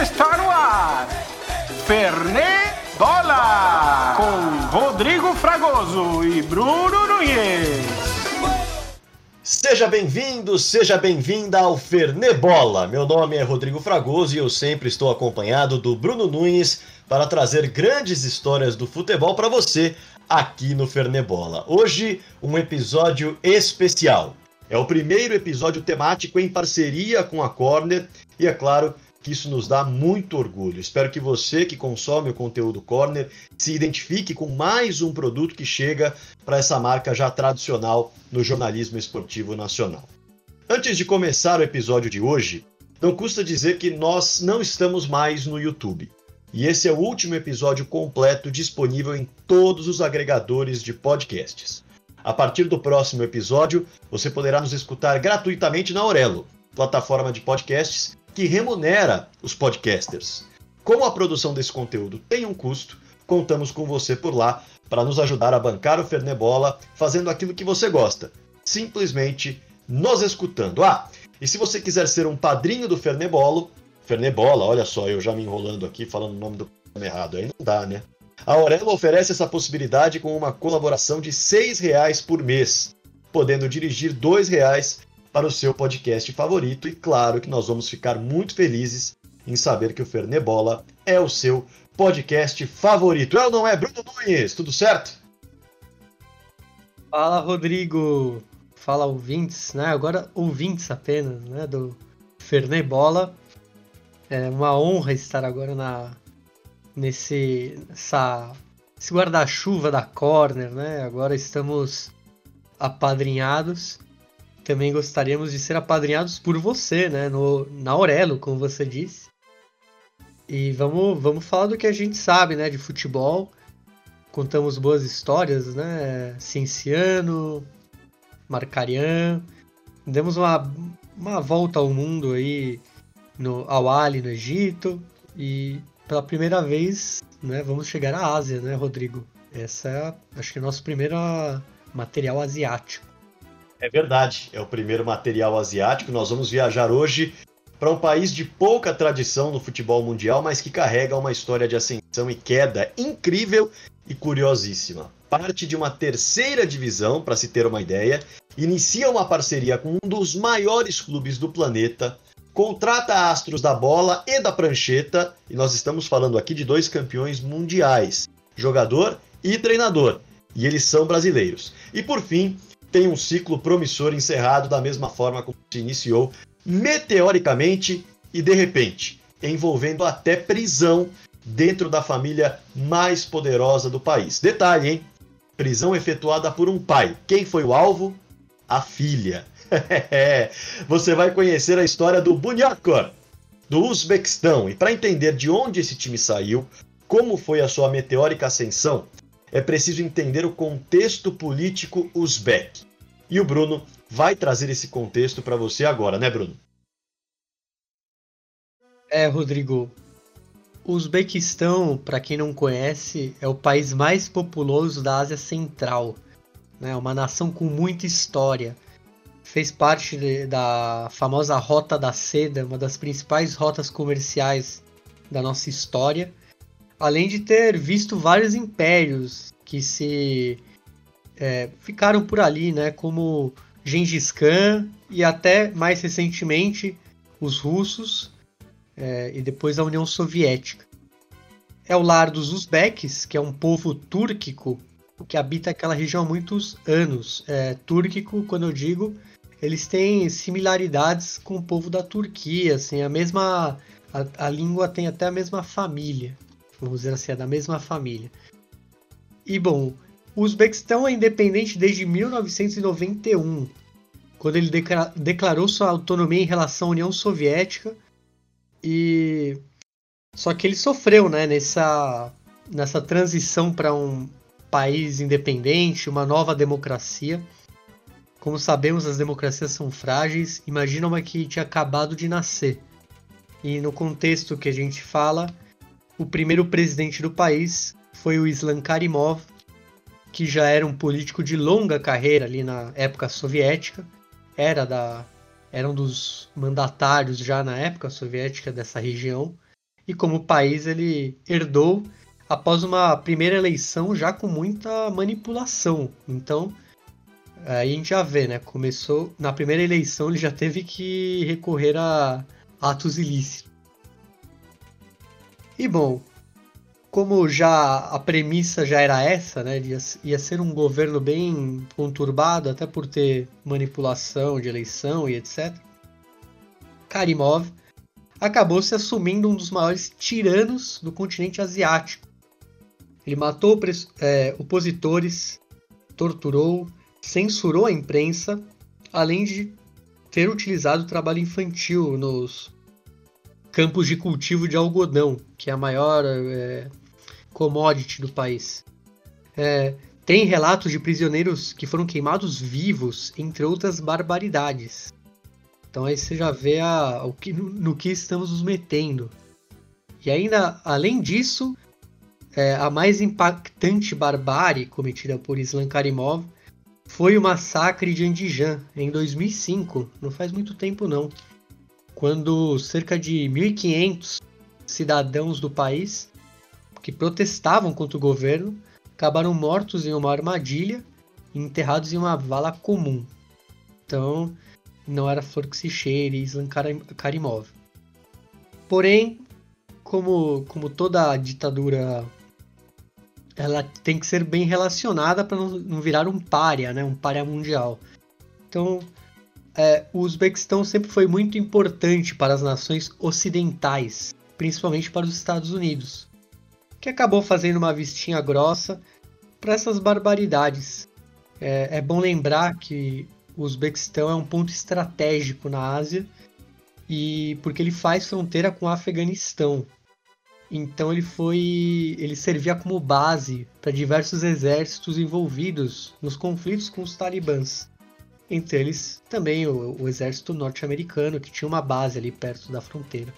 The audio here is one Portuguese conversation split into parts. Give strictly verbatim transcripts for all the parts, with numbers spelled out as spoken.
Está no ar, Fernet Bola, com Rodrigo Fragoso e Bruno Nunes. Seja bem-vindo, seja bem-vinda ao Fernet Bola. Meu nome é Rodrigo Fragoso e eu sempre estou acompanhado do Bruno Nunes para trazer grandes histórias do futebol para você aqui no Fernet Bola. Hoje, um episódio especial. É o primeiro episódio temático em parceria com a Corner e é claro que isso nos dá muito orgulho. Espero que você que consome o conteúdo Corner se identifique com mais um produto que chega para essa marca já tradicional no jornalismo esportivo nacional. Antes de começar o episódio de hoje, não custa dizer que nós não estamos mais no YouTube. E esse é o último episódio completo disponível em todos os agregadores de podcasts. A partir do próximo episódio, você poderá nos escutar gratuitamente na Aurelo, plataforma de podcasts que remunera os podcasters. Como a produção desse conteúdo tem um custo, contamos com você por lá para nos ajudar a bancar o Fernet Bola fazendo aquilo que você gosta, simplesmente nos escutando. Ah, e se você quiser ser um padrinho do Fernet Bola, Fernet Bola, olha só, eu já me enrolando aqui falando o nome do programa errado, aí não dá, né? A Aurelo oferece essa possibilidade com uma colaboração de seis reais por mês, podendo dirigir dois reais para o seu podcast favorito. E claro que nós vamos ficar muito felizes em saber que o Fernet Bola é o seu podcast favorito. É ou não é, Bruno Nunes? Tudo certo? Fala, Rodrigo. Fala, ouvintes, né? Agora ouvintes apenas, né? Do Fernet Bola. É uma honra estar agora na... nesse essa, esse guarda-chuva da Corner, né? Agora estamos apadrinhados. Também gostaríamos de ser apadrinhados por você, né? No, na Aurelo, como você disse. E vamos, vamos falar do que a gente sabe, né? De futebol. Contamos boas histórias, né? Cienciano, Marcarian. Demos uma, uma volta ao mundo aí, no, ao Ali, no Egito. E pela primeira vez, né, vamos chegar à Ásia, né, Rodrigo? Essa é, acho que é o nosso primeiro material asiático. É verdade, é o primeiro material asiático. Nós vamos viajar hoje para um país de pouca tradição no futebol mundial, mas que carrega uma história de ascensão e queda incrível e curiosíssima. Parte de uma terceira divisão, para se ter uma ideia, inicia uma parceria com um dos maiores clubes do planeta, contrata astros da bola e da prancheta, e nós estamos falando aqui de dois campeões mundiais, jogador e treinador, e eles são brasileiros. E por fim, tem um ciclo promissor encerrado da mesma forma como se iniciou, meteoricamente e de repente, envolvendo até prisão dentro da família mais poderosa do país. Detalhe, hein? Prisão efetuada por um pai. Quem foi o alvo? A filha. Você vai conhecer a história do Bunyodkor, do Uzbequistão. E para entender de onde esse time saiu, como foi a sua meteórica ascensão, é preciso entender o contexto político uzbeque. E o Bruno vai trazer esse contexto para você agora, né, Bruno? É, Rodrigo. O Uzbequistão, para quem não conhece, é o país mais populoso da Ásia Central. É uma nação com muita história. Fez parte de, da famosa Rota da Seda, uma das principais rotas comerciais da nossa história, além de ter visto vários impérios que se é, ficaram por ali, né, como Gengis Khan e até mais recentemente os russos é, e depois a União Soviética. É o lar dos uzbeques, que é um povo túrquico que habita aquela região há muitos anos. É, túrquico, quando eu digo, eles têm similaridades com o povo da Turquia, assim, a mesma a, a língua tem até a mesma família, vamos dizer assim, é da mesma família. E bom, o Uzbequistão é independente desde mil novecentos e noventa e um, quando ele declara, declarou sua autonomia em relação à União Soviética, e só que ele sofreu, né, nessa, nessa transição para um país independente, uma nova democracia. Como sabemos, as democracias são frágeis. Imagina uma que tinha acabado de nascer. E no contexto que a gente fala, o primeiro presidente do país foi o Islam Karimov, que já era um político de longa carreira ali na época soviética. Era, da, era um dos mandatários já na época soviética dessa região. e como país ele herdou após uma primeira eleição já com muita manipulação. Então, aí a gente já vê, né? Começou, na primeira eleição ele já teve que recorrer a atos ilícitos. E bom, como já a premissa já era essa, né? Ia, ia ser um governo bem conturbado, até por ter manipulação de eleição e etcétera. Karimov acabou se assumindo um dos maiores tiranos do continente asiático. Ele matou é, opositores, torturou, censurou a imprensa, além de ter utilizado o trabalho infantil nos campos de cultivo de algodão, que é a maior é, commodity do país. É, tem relatos de prisioneiros que foram queimados vivos, entre outras barbaridades. Então aí você já vê a, o que, no, no que estamos nos metendo. E ainda, além disso, é, a mais impactante barbárie cometida por Islam Karimov foi o massacre de Andijan, em dois mil e cinco, não faz muito tempo não, quando cerca de mil e quinhentos cidadãos do país que protestavam contra o governo acabaram mortos em uma armadilha e enterrados em uma vala comum. Então, não era flor que se cheire Islam Karimov. Porém, como, como toda ditadura, ela tem que ser bem relacionada para não, não virar um pária, né? Um pária mundial. Então, é, o Uzbequistão sempre foi muito importante para as nações ocidentais, principalmente para os Estados Unidos, que acabou fazendo uma vistinha grossa para essas barbaridades. É, é bom lembrar que o Uzbequistão é um ponto estratégico na Ásia, e porque ele faz fronteira com o Afeganistão. Então ele foi, ele servia como base para diversos exércitos envolvidos nos conflitos com os talibãs. Entre eles também o, o exército norte-americano, que tinha uma base ali perto da fronteira.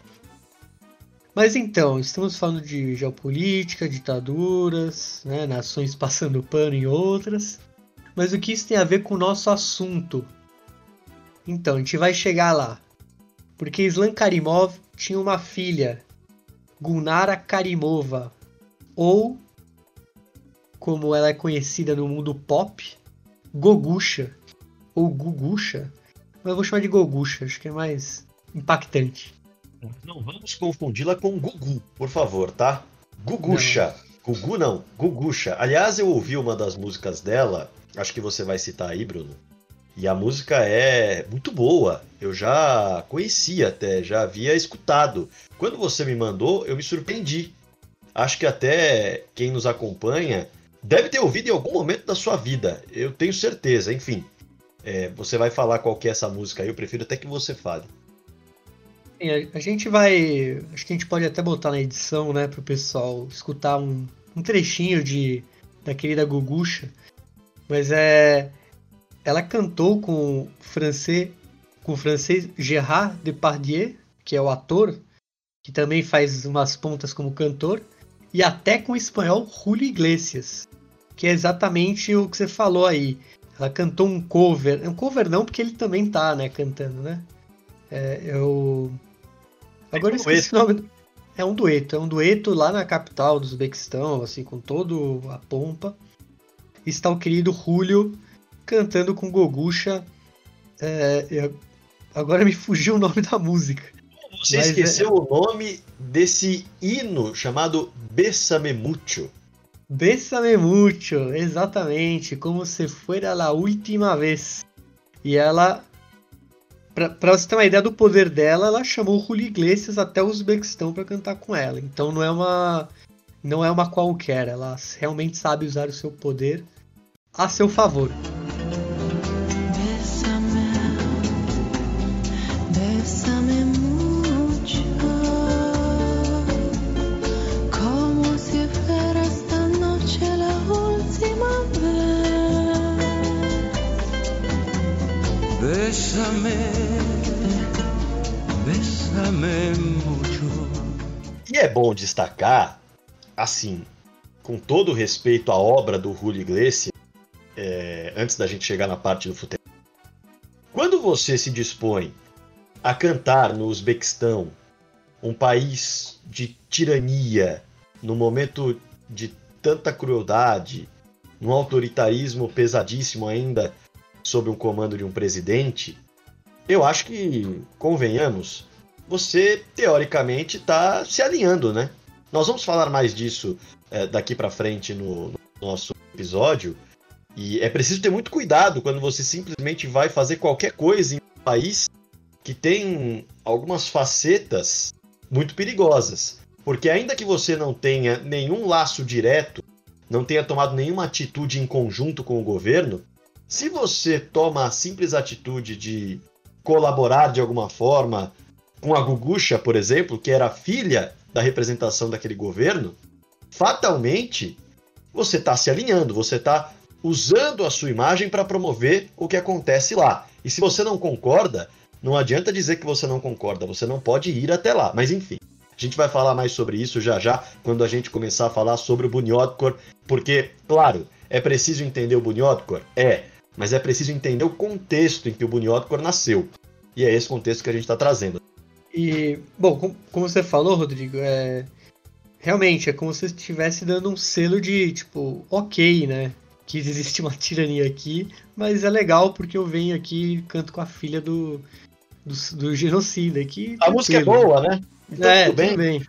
Mas então, estamos falando de geopolítica, ditaduras, né, nações passando pano em outras. Mas o que isso tem a ver com o nosso assunto? Então, a gente vai chegar lá. Porque Islam Karimov tinha uma filha, Gulnara Karimova, ou, como ela é conhecida no mundo pop, Gogusha, ou Gugusha. Mas eu vou chamar de Gogusha, acho que é mais impactante. Não vamos confundi-la com Gugu, por favor, tá? Gugusha. Não. Gugu não, Gugusha. Aliás, eu ouvi uma das músicas dela, acho que você vai citar aí, Bruno. E a música é muito boa. Eu já conhecia até, já havia escutado. Quando você me mandou, eu me surpreendi. Acho que até quem nos acompanha deve ter ouvido em algum momento da sua vida. Eu tenho certeza. Enfim, é, você vai falar qual que é essa música aí. Eu prefiro até que você fale. A gente vai... Acho que a gente pode até botar na edição, né, para o pessoal escutar um, um trechinho de, da querida Gugusha. Mas é... Ela cantou com o francês, com o francês Gérard Depardieu, que é o ator, que também faz umas pontas como cantor, e até com o espanhol Julio Iglesias, que é exatamente o que você falou aí. Ela cantou um cover, um cover não, porque ele também tá, né, cantando, né? É, eu... Agora eu esqueci o nome. É um dueto, é um dueto lá na capital do Uzbequistão, assim, com todo a pompa. Está o querido Julio cantando com Gogusha. É, eu... Agora me fugiu o nome da música. Você Mas esqueceu é... o nome desse hino chamado Bésame Mucho. Bésame Mucho, exatamente. Como se fuera la última vez. E ela, pra, pra você ter uma ideia do poder dela, ela chamou o Julio Iglesias até o Uzbequistão para cantar com ela. Então não é uma, não é uma qualquer. Ela realmente sabe usar o seu poder a seu favor. Bésame, bésame mucho. E é bom destacar, assim, com todo respeito à obra do Julio Iglesias, é, antes da gente chegar na parte do futebol, quando você se dispõe a cantar no Uzbequistão um país de tirania, num momento de tanta crueldade, num autoritarismo pesadíssimo ainda, sob o comando de um presidente, eu acho que, convenhamos, você teoricamente está se alinhando, né? Nós vamos falar mais disso é, daqui para frente no, no nosso episódio, e é preciso ter muito cuidado quando você simplesmente vai fazer qualquer coisa em um país que tem algumas facetas muito perigosas. Porque ainda que você não tenha nenhum laço direto, não tenha tomado nenhuma atitude em conjunto com o governo, se você toma a simples atitude de colaborar de alguma forma com a Guguxa, por exemplo, que era filha da representação daquele governo, fatalmente você está se alinhando, você está usando a sua imagem para promover o que acontece lá. E se você não concorda, não adianta dizer que você não concorda, você não pode ir até lá. Mas enfim, a gente vai falar mais sobre isso já já, quando a gente começar a falar sobre o Bunyodkor, porque, claro, é preciso entender o Bunyodkor? É, mas é preciso entender o contexto em que o Bunyodkor nasceu. E é esse contexto que a gente está trazendo. E, bom, como, como você falou, Rodrigo, é... realmente é como se você estivesse dando um selo de, tipo, ok, né? Que existe uma tirania aqui, mas é legal porque eu venho aqui e canto com a filha do, do, do genocida. Que, a música é boa, né? Então, é, tudo bem. Tudo bem.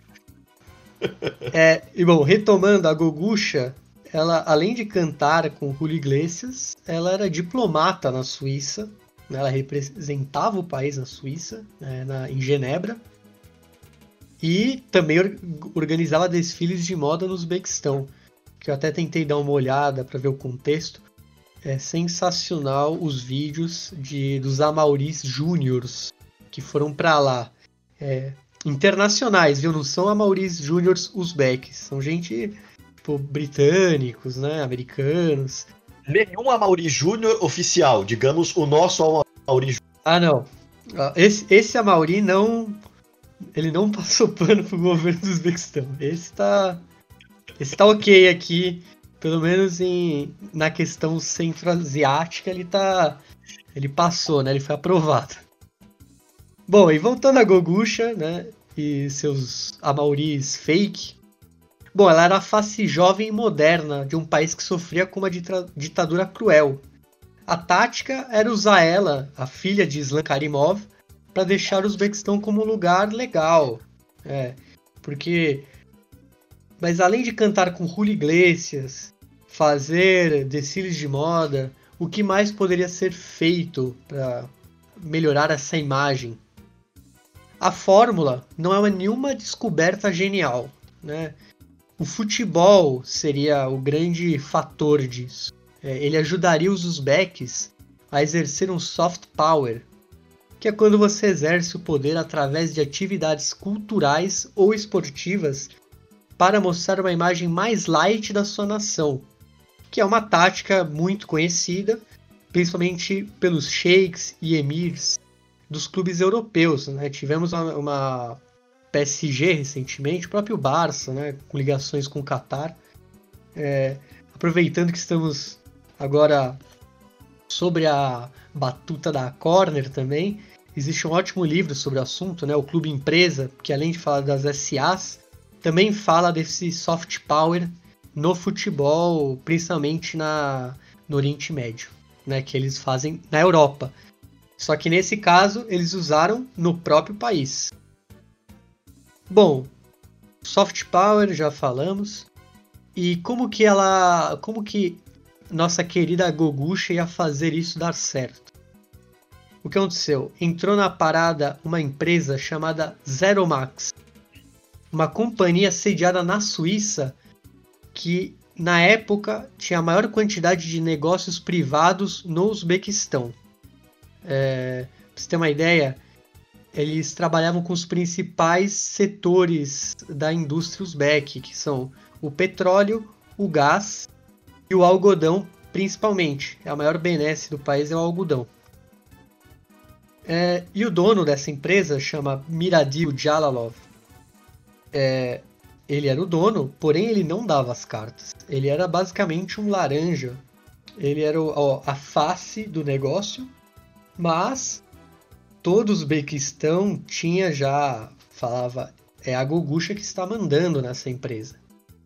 É, e bom, retomando, a Guguxa, ela, além de cantar com Julio Iglesias, ela era diplomata na Suíça, né, ela representava o país na Suíça, né, na, em Genebra, e também or, organizava desfiles de moda no Uzbequistão, que eu até tentei dar uma olhada para ver o contexto. É sensacional os vídeos de, dos Amauris Júniors que foram para lá. É, internacionais, viu? Não são Amauris Júniors uzbeques, são gente tipo, britânicos, né? Americanos. Nenhum Amauri Júnior oficial, digamos o nosso Amauri Júnior. Ah, não. Esse, esse Amauri não. Ele não passou pano pro governo do Uzbequistão. Esse tá. Esse tá ok aqui, pelo menos em, na questão centro-asiática, ele tá. Ele passou, né? Ele foi aprovado. Bom, e voltando a Guguxa, né? E seus Amauris fake. Bom, ela era a face jovem e moderna de um país que sofria com uma dita- ditadura cruel. A tática era usar ela, a filha de Islam Karimov, para deixar o Uzbequistão como um lugar legal. É, porque... Mas além de cantar com Julio Iglesias, fazer desfiles de moda, o que mais poderia ser feito para melhorar essa imagem? A fórmula não é nenhuma descoberta genial, né? O futebol seria o grande fator disso. É, ele ajudaria os uzbeques a exercer um soft power, que é quando você exerce o poder através de atividades culturais ou esportivas para mostrar uma imagem mais light da sua nação, que é uma tática muito conhecida, principalmente pelos sheiks e emirs dos clubes europeus, né? Tivemos uma, uma P S G recentemente, o próprio Barça, né? Com ligações com o Qatar. É, aproveitando que estamos agora sobre a batuta da Corner também, existe um ótimo livro sobre o assunto, né? O Clube Empresa, que além de falar das S As, também fala desse soft power no futebol, principalmente na, no Oriente Médio, né? Que eles fazem na Europa. Só que nesse caso, eles usaram no próprio país. Bom, soft power já falamos. E como que ela, como que nossa querida Guguxa ia fazer isso dar certo? O que aconteceu? Entrou na parada uma empresa chamada Zeromax, uma companhia sediada na Suíça que na época tinha a maior quantidade de negócios privados no Uzbequistão. É, pra você ter uma ideia, eles trabalhavam com os principais setores da indústria uzbeque, que são o petróleo, o gás e o algodão, principalmente. A maior benesse do país é o algodão. É, e o dono dessa empresa chama Miradil Jalalov. É, ele era o dono, porém ele não dava as cartas. Ele era basicamente um laranja. Ele era o, ó, a face do negócio. Mas todo o Uzbequistão tinha já, falava é a Guguxa que está mandando nessa empresa.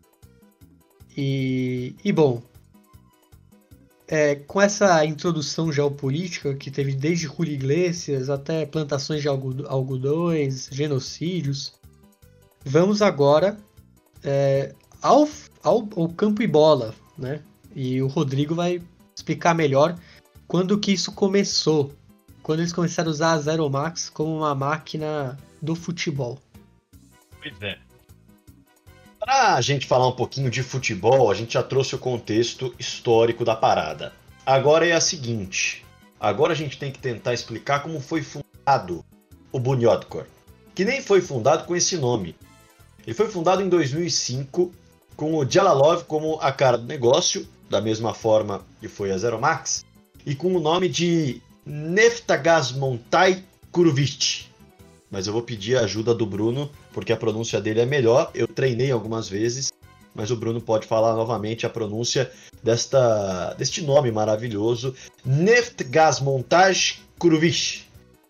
E, e bom, é, com essa introdução geopolítica que teve desde Julio Iglesias até plantações de algodões, genocídios, vamos agora é, ao, ao, ao campo e bola, né? E o Rodrigo vai explicar melhor quando que isso começou, quando eles começaram a usar a Zero Max como uma máquina do futebol. Pois é. Para a gente falar um pouquinho de futebol, a gente já trouxe o contexto histórico da parada. Agora é a seguinte, agora a gente tem que tentar explicar como foi fundado o Bunyodkor, que nem foi fundado com esse nome. Ele foi fundado em dois mil e cinco com o Djalalov como a cara do negócio, da mesma forma que foi a Zero Max, e com o nome de Neftagazmontai Kurovich. Mas eu vou pedir a ajuda do Bruno, porque a pronúncia dele é melhor. Eu treinei algumas vezes, mas o Bruno pode falar novamente a pronúncia desta, deste nome maravilhoso, Neftgazmontaj Kurovich.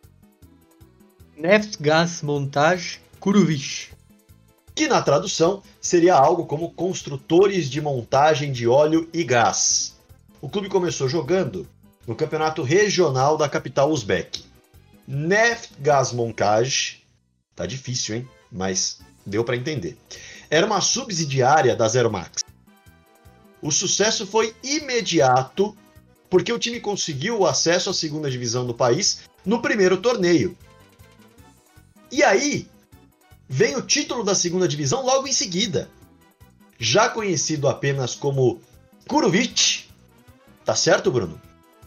Neftgazmontaj Kurovich. Que na tradução seria algo como construtores de montagem de óleo e gás. O clube começou jogando no campeonato regional da capital uzbek. Neftgazmontaj, tá difícil, hein? Mas deu para entender. Era uma subsidiária da Zero Max. O sucesso foi imediato porque o time conseguiu o acesso à segunda divisão do país no primeiro torneio. E aí vem o título da segunda divisão logo em seguida. Já conhecido apenas como Kurovich. Tá certo, Bruno?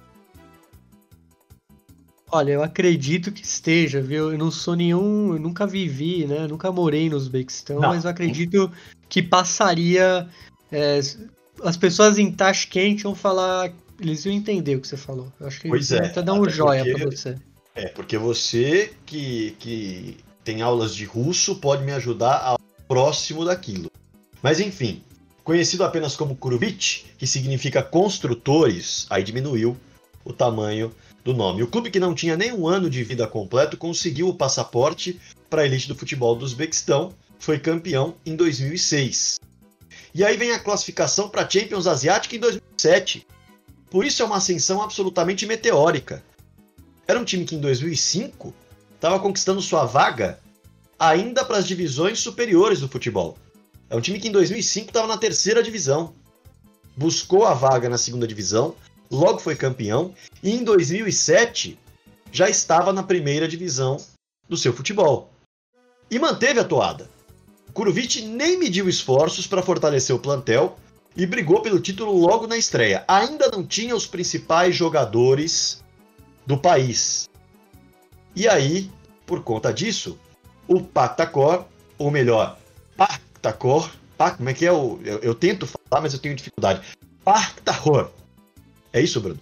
Olha, eu acredito que esteja, viu? Eu não sou nenhum... Eu nunca vivi, né? Nunca morei no Uzbequistão, não. Mas eu acredito que passaria... É, as pessoas em Tashkent vão falar... Eles iam entender o que você falou. Eu acho que pois eles é, vão até dar um joia porque, pra você. É, porque você que, que tem aulas de russo pode me ajudar ao próximo daquilo. Mas enfim, conhecido apenas como Kurovich, que significa construtores, aí diminuiu o tamanho do nome. O clube, que não tinha nem um ano de vida completo, conseguiu o passaporte para a elite do futebol do Uzbequistão, foi campeão em dois mil e seis. E aí vem a classificação para a Champions Asiática em dois mil e sete. Por isso é uma ascensão absolutamente meteórica. Era um time que em dois mil e cinco estava conquistando sua vaga ainda para as divisões superiores do futebol. É um time que em dois mil e cinco estava na terceira divisão. Buscou a vaga na segunda divisão, logo foi campeão, e em dois mil e sete já estava na primeira divisão do seu futebol. E manteve a toada. O Kurovich nem mediu esforços para fortalecer o plantel e brigou pelo título logo na estreia. Ainda não tinha os principais jogadores do país. E aí, por conta disso, o Pakhtakor, ou melhor, Pakhtakor, como é que é o... Eu, eu tento falar, mas eu tenho dificuldade. Pakhtakor. É isso, Bruno?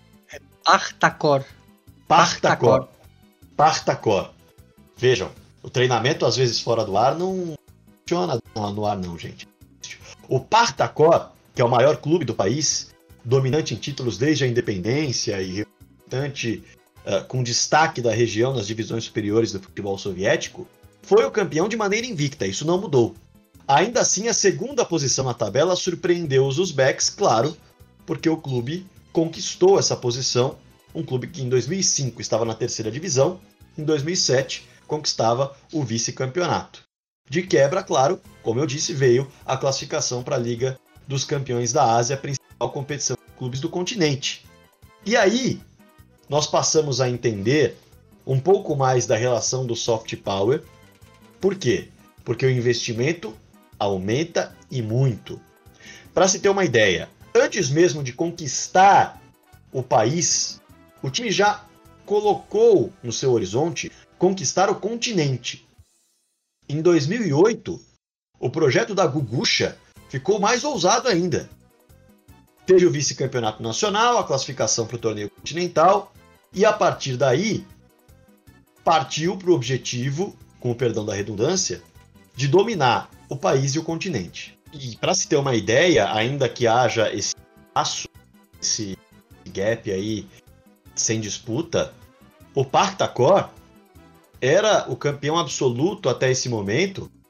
Pakhtakor. Pakhtakor. Pakhtakor. Vejam, o treinamento, às vezes, fora do ar, não funciona no ar, não, gente. O Pakhtakor, que é o maior clube do país, dominante em títulos desde a independência e representante uh, com destaque da região nas divisões superiores do futebol soviético, foi o campeão de maneira invicta, isso não mudou. Ainda assim, a segunda posição na tabela surpreendeu os uzbeques, claro, porque o clube conquistou essa posição, um clube que em dois mil e cinco estava na terceira divisão, em dois mil e sete conquistava o vice-campeonato. De quebra, claro, como eu disse, veio a classificação para a Liga dos Campeões da Ásia, a principal competição de clubes do continente. E aí, nós passamos a entender um pouco mais da relação do soft power. Por quê? Porque o investimento aumenta e muito. Para se ter uma ideia, antes mesmo de conquistar o país, o time já colocou no seu horizonte conquistar o continente. Em dois mil e oito, o projeto da Guguxa ficou mais ousado ainda. Teve o vice-campeonato nacional, a classificação para o torneio continental, e a partir daí partiu para o objetivo, com o perdão da redundância, de dominar o país e o continente. E para se ter uma ideia, ainda que haja esse espaço, esse gap aí sem disputa, o Pakhtakor era o campeão absoluto até esse momento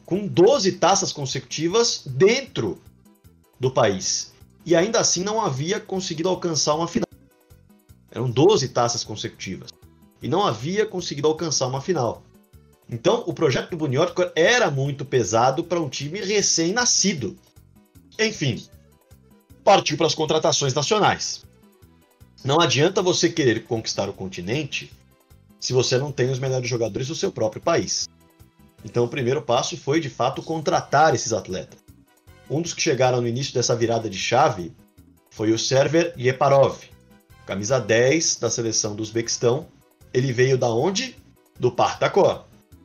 com doze taças consecutivas dentro do país. E ainda assim não havia conseguido alcançar uma final. Eram doze taças consecutivas. E não havia conseguido alcançar uma final. Então, o projeto do Bunyodkor era muito pesado para um time recém-nascido. Enfim, partiu para as contratações nacionais. Não adianta você querer conquistar o continente se você não tem os melhores jogadores do seu próprio país. Então, o primeiro passo foi, de fato, contratar esses atletas. Um dos que chegaram no início dessa virada de chave foi o Server Yeparov, camisa dez da seleção do Uzbequistão. Ele veio da onde? Do Partakor,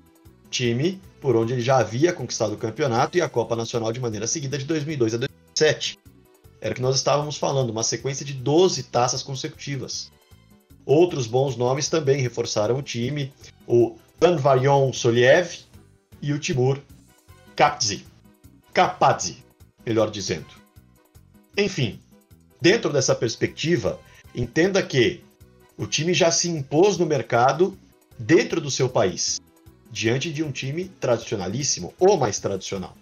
time por onde ele já havia conquistado o campeonato e a Copa Nacional de maneira seguida de dois mil e dois a dois mil e sete. Era o que nós estávamos falando, uma sequência de doze taças consecutivas. Outros bons nomes também reforçaram o time, o Anvaryon Soliev e o Timur Kapadze, Kapadze, melhor dizendo. Enfim, dentro dessa perspectiva, entenda que o time já se impôs no mercado dentro do seu país, diante de um time tradicionalíssimo, ou mais tradicional.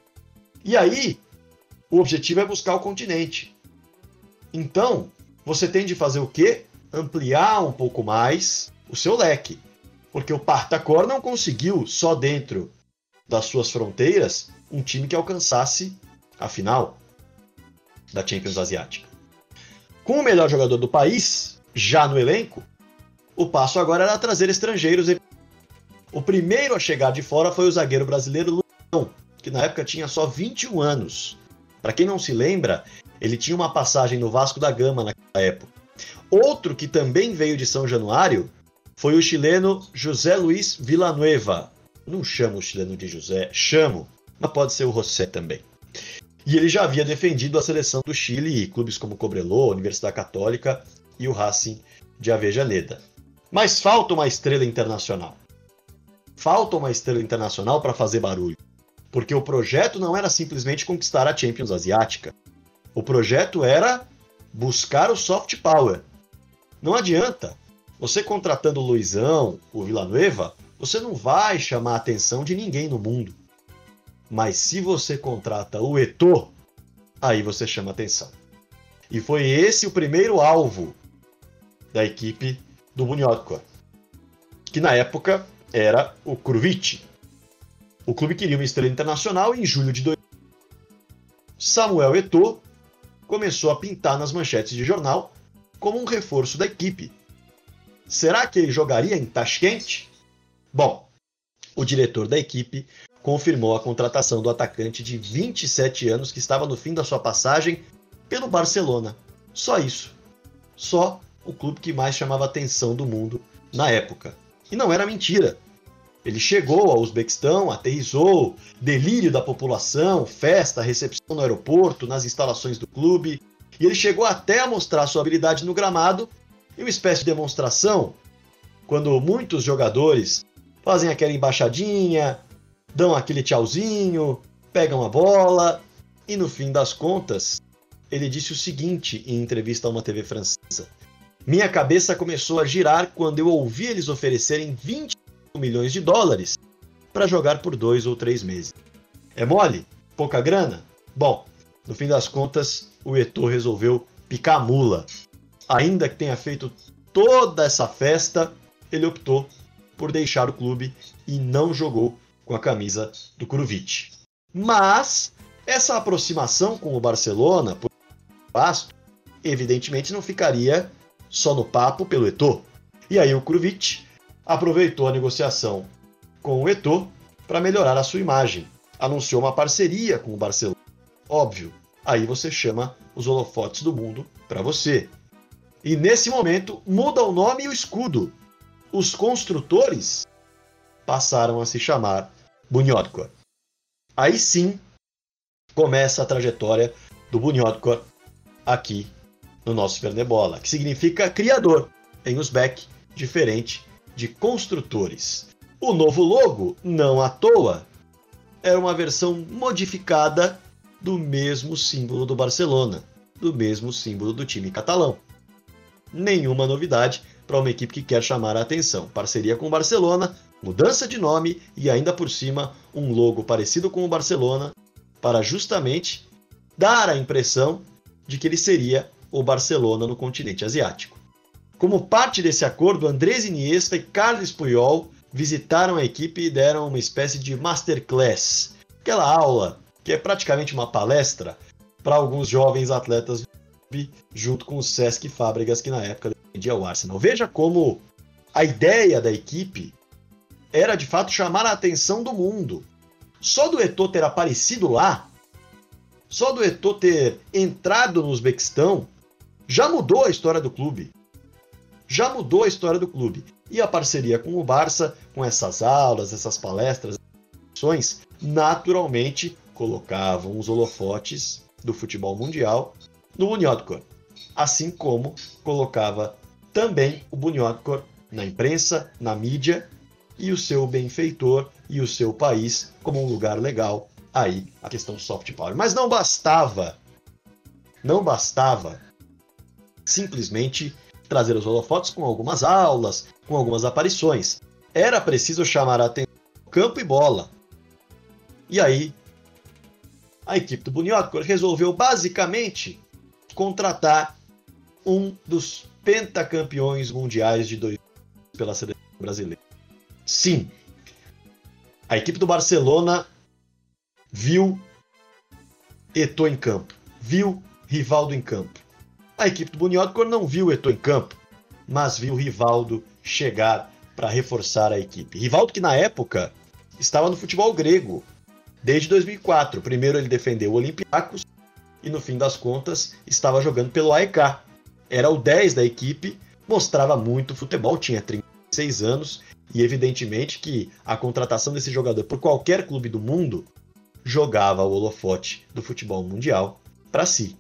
E aí, o objetivo é buscar o continente. Então, você tem de fazer o quê? Ampliar um pouco mais o seu leque. Porque o Partakor não conseguiu, só dentro das suas fronteiras, um time que alcançasse a final da Champions Asiática. Com o melhor jogador do país, já no elenco, o passo agora era trazer estrangeiros. O primeiro a chegar de fora foi o zagueiro brasileiro Luizão, que na época tinha só vinte e um anos. Para quem não se lembra, ele tinha uma passagem no Vasco da Gama naquela época. Outro que também veio de São Januário foi o chileno José Luiz Villanueva. Não chamo o chileno de José, chamo, mas pode ser o José também. E ele já havia defendido a seleção do Chile e clubes como Cobreloa, Universidade Católica e o Racing de Avellaneda. Mas falta uma estrela internacional. Falta uma estrela internacional para fazer barulho. Porque o projeto não era simplesmente conquistar a Champions Asiática. O projeto era buscar o soft power. Não adianta. Você contratando o Luizão, o Villanueva, você não vai chamar a atenção de ninguém no mundo. Mas se você contrata o Eto'o, aí você chama a atenção. E foi esse o primeiro alvo da equipe do Bunyodkor, que na época era o Kruvich. O clube queria uma estrela internacional e em julho de dois mil Samuel Eto'o começou a pintar nas manchetes de jornal como um reforço da equipe. Será que ele jogaria em Tashkent? Bom, o diretor da equipe confirmou a contratação do atacante de vinte e sete anos que estava no fim da sua passagem pelo Barcelona. Só isso. Só o clube que mais chamava atenção do mundo na época. E não era mentira. Ele chegou ao Uzbequistão, aterrissou, delírio da população, festa, recepção no aeroporto, nas instalações do clube. E ele chegou até a mostrar sua habilidade no gramado em uma espécie de demonstração, quando muitos jogadores fazem aquela embaixadinha, dão aquele tchauzinho, pegam a bola, e no fim das contas, ele disse o seguinte em entrevista a uma T V francesa: minha cabeça começou a girar quando eu ouvi eles oferecerem vinte milhões de dólares para jogar por dois ou três meses. É mole? Pouca grana? Bom, no fim das contas, o Eto'o resolveu picar a mula. Ainda que tenha feito toda essa festa, ele optou por deixar o clube e não jogou com a camisa do Kruvich. Mas essa aproximação com o Barcelona, por vasto, evidentemente não ficaria só no papo pelo Eto'o. E aí o Kruvich aproveitou a negociação com o Eto'o para melhorar a sua imagem. Anunciou uma parceria com o Barcelona. Óbvio, aí você chama os holofotes do mundo para você. E nesse momento muda o nome e o escudo. Os construtores passaram a se chamar Bunyodkor. Aí sim começa a trajetória do Bunyodkor aqui no nosso Fernebola, que significa criador em uzbek, diferente de construtores. O novo logo, não à toa, era uma versão modificada do mesmo símbolo do Barcelona, do mesmo símbolo do time catalão. Nenhuma novidade, para uma equipe que quer chamar a atenção. Parceria com o Barcelona, mudança de nome e ainda por cima um logo parecido com o Barcelona para justamente dar a impressão de que ele seria o Barcelona no continente asiático. Como parte desse acordo, Andrés Iniesta e Carles Puyol visitaram a equipe e deram uma espécie de masterclass, aquela aula que é praticamente uma palestra para alguns jovens atletas do clube, junto com o Cesc Fábregas, que na época defendia o Arsenal. Veja como a ideia da equipe era de fato chamar a atenção do mundo. Só do Eto'o ter aparecido lá, só do Eto'o ter entrado no Uzbequistão, já mudou a história do clube. Já mudou a história do clube. E a parceria com o Barça, com essas aulas, essas palestras, ações, naturalmente colocavam os holofotes do futebol mundial no Bunyodkor. Assim como colocava também o Bunyodkor na imprensa, na mídia, e o seu benfeitor e o seu país como um lugar legal. Aí a questão do soft power. Mas não bastava, não bastava simplesmente trazer os holofotes com algumas aulas, com algumas aparições. Era preciso chamar a atenção campo e bola. E aí a equipe do Bunyodkor resolveu basicamente contratar um dos pentacampeões mundiais de dois mil pela seleção brasileira. Sim, a equipe do Barcelona viu Eto'o em campo, viu Rivaldo em campo. A equipe do Bunyodkor não viu Eto'o em campo, mas viu Rivaldo chegar para reforçar a equipe. Rivaldo que na época estava no futebol grego desde dois mil e quatro. Primeiro ele defendeu o Olympiacos e no fim das contas estava jogando pelo A E K. Era o dez da equipe, mostrava muito futebol, tinha trinta e seis anos e evidentemente que a contratação desse jogador por qualquer clube do mundo jogava o holofote do futebol mundial para si.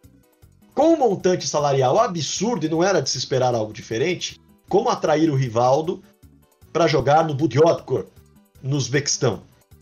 Com um montante salarial absurdo, e não era de se esperar algo diferente, como atrair o Rivaldo para jogar no Bunyodkor, no Uzbequistão?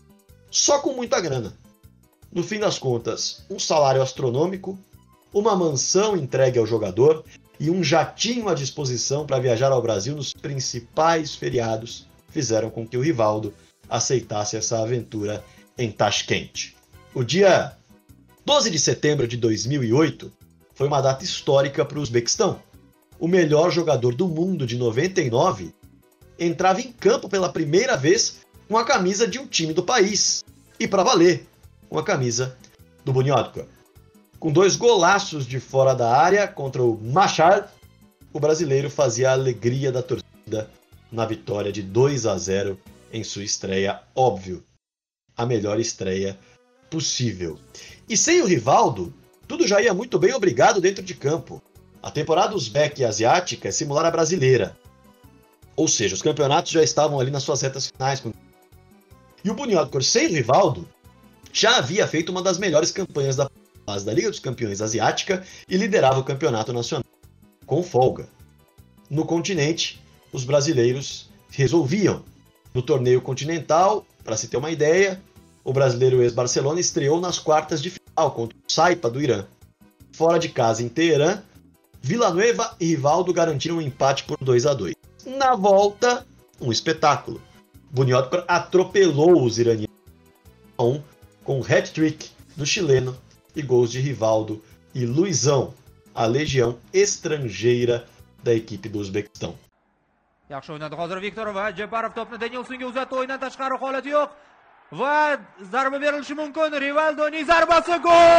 Só com muita grana. No fim das contas, um salário astronômico, uma mansão entregue ao jogador e um jatinho à disposição para viajar ao Brasil nos principais feriados fizeram com que o Rivaldo aceitasse essa aventura em Tashkent. O dia doze de setembro de dois mil e oito foi uma data histórica para o Uzbequistão. O melhor jogador do mundo de noventa e nove entrava em campo pela primeira vez com a camisa de um time do país. E para valer, com a camisa do Bunyodkor. Com dois golaços de fora da área contra o Mashhad, o brasileiro fazia a alegria da torcida na vitória de dois a zero em sua estreia, óbvio, a melhor estreia possível. E sem o Rivaldo, tudo já ia muito bem, obrigado, dentro de campo. A temporada uzbeque e asiática é similar à brasileira. Ou seja, os campeonatos já estavam ali nas suas retas finais. E o Bunyodkor, sem o Rivaldo, já havia feito uma das melhores campanhas da fase da Liga dos Campeões Asiática e liderava o campeonato nacional, com folga. No continente, os brasileiros resolviam. No torneio continental, para se ter uma ideia, o brasileiro ex-Barcelona estreou nas quartas de final contra o Saipa do Irã. Fora de casa em Teherã, Villanueva e Rivaldo garantiram um empate por dois a dois. Na volta, um espetáculo. Bunyodkor atropelou os iranianos um com um hat-trick do chileno e gols de Rivaldo e Luizão, a legião estrangeira da equipe do Uzbequistão. Yaxshi o'ynadi hozir Viktor va Jeparov to'pni Danielsonga uzatdi, o'yindan tashqari holati yo'q va zarba berilishi mumkin. Rivaldoning zarbasi,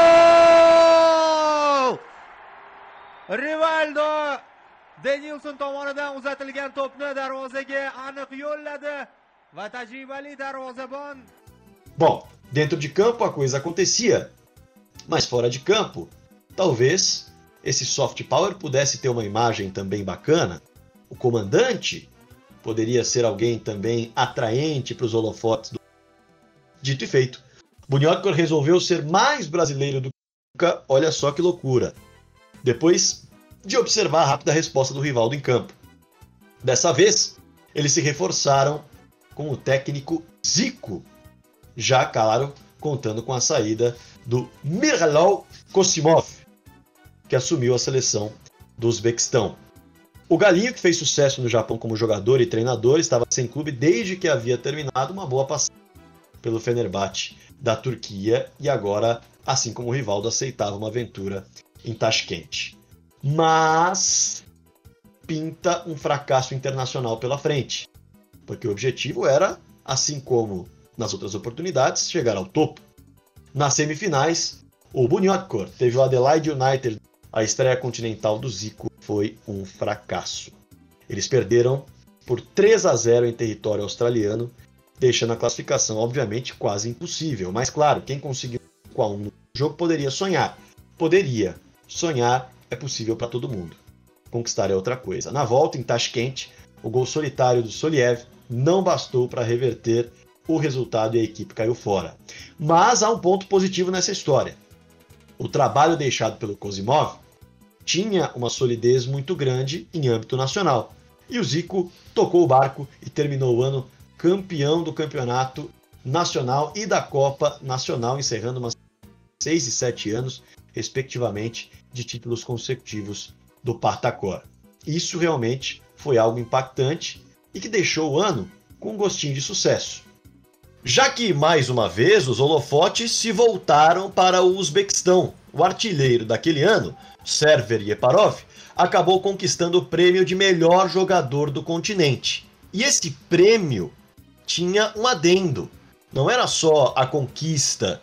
gol! Rivaldo Danielson tomonidan uzatilgan to'pni darvozaga aniq yo'lladi va tajribali darvozabon. Bom, dentro de campo a coisa acontecia, mas fora de campo, talvez esse soft power pudesse ter uma imagem também bacana. O comandante poderia ser alguém também atraente para os holofotes do... Dito e feito, Bunyodkor resolveu ser mais brasileiro do que nunca. Olha só que loucura. Depois de observar a rápida resposta do Rivaldo em campo. Dessa vez, eles se reforçaram com o técnico Zico, já, claro, contando com a saída do Miralol Kosimov, que assumiu a seleção do Uzbequistão. O Galinho, que fez sucesso no Japão como jogador e treinador, estava sem clube desde que havia terminado uma boa passagem pelo Fenerbahçe da Turquia e agora, assim como o Rivaldo, aceitava uma aventura em Tashkent. Mas pinta um fracasso internacional pela frente, porque o objetivo era, assim como nas outras oportunidades, chegar ao topo. Nas semifinais, o Bunyodkor teve o Adelaide United. A estreia continental do Zico foi um fracasso. Eles perderam por três a zero em território australiano, deixando a classificação, obviamente, quase impossível. Mas, claro, quem conseguiu cinco a um no jogo poderia sonhar. Poderia. Sonhar é possível para todo mundo. Conquistar é outra coisa. Na volta, em Tashkent, o gol solitário do Soliev não bastou para reverter o resultado e a equipe caiu fora. Mas há um ponto positivo nessa história. O trabalho deixado pelo Kozimov tinha uma solidez muito grande em âmbito nacional. E o Zico tocou o barco e terminou o ano campeão do campeonato nacional e da Copa Nacional, encerrando umas seis e sete anos, respectivamente, de títulos consecutivos do Partacor. Isso realmente foi algo impactante e que deixou o ano com um gostinho de sucesso. Já que, mais uma vez, os holofotes se voltaram para o Uzbequistão. O artilheiro daquele ano, Server Yeparov, acabou conquistando o prêmio de melhor jogador do continente. E esse prêmio tinha um adendo. Não era só a conquista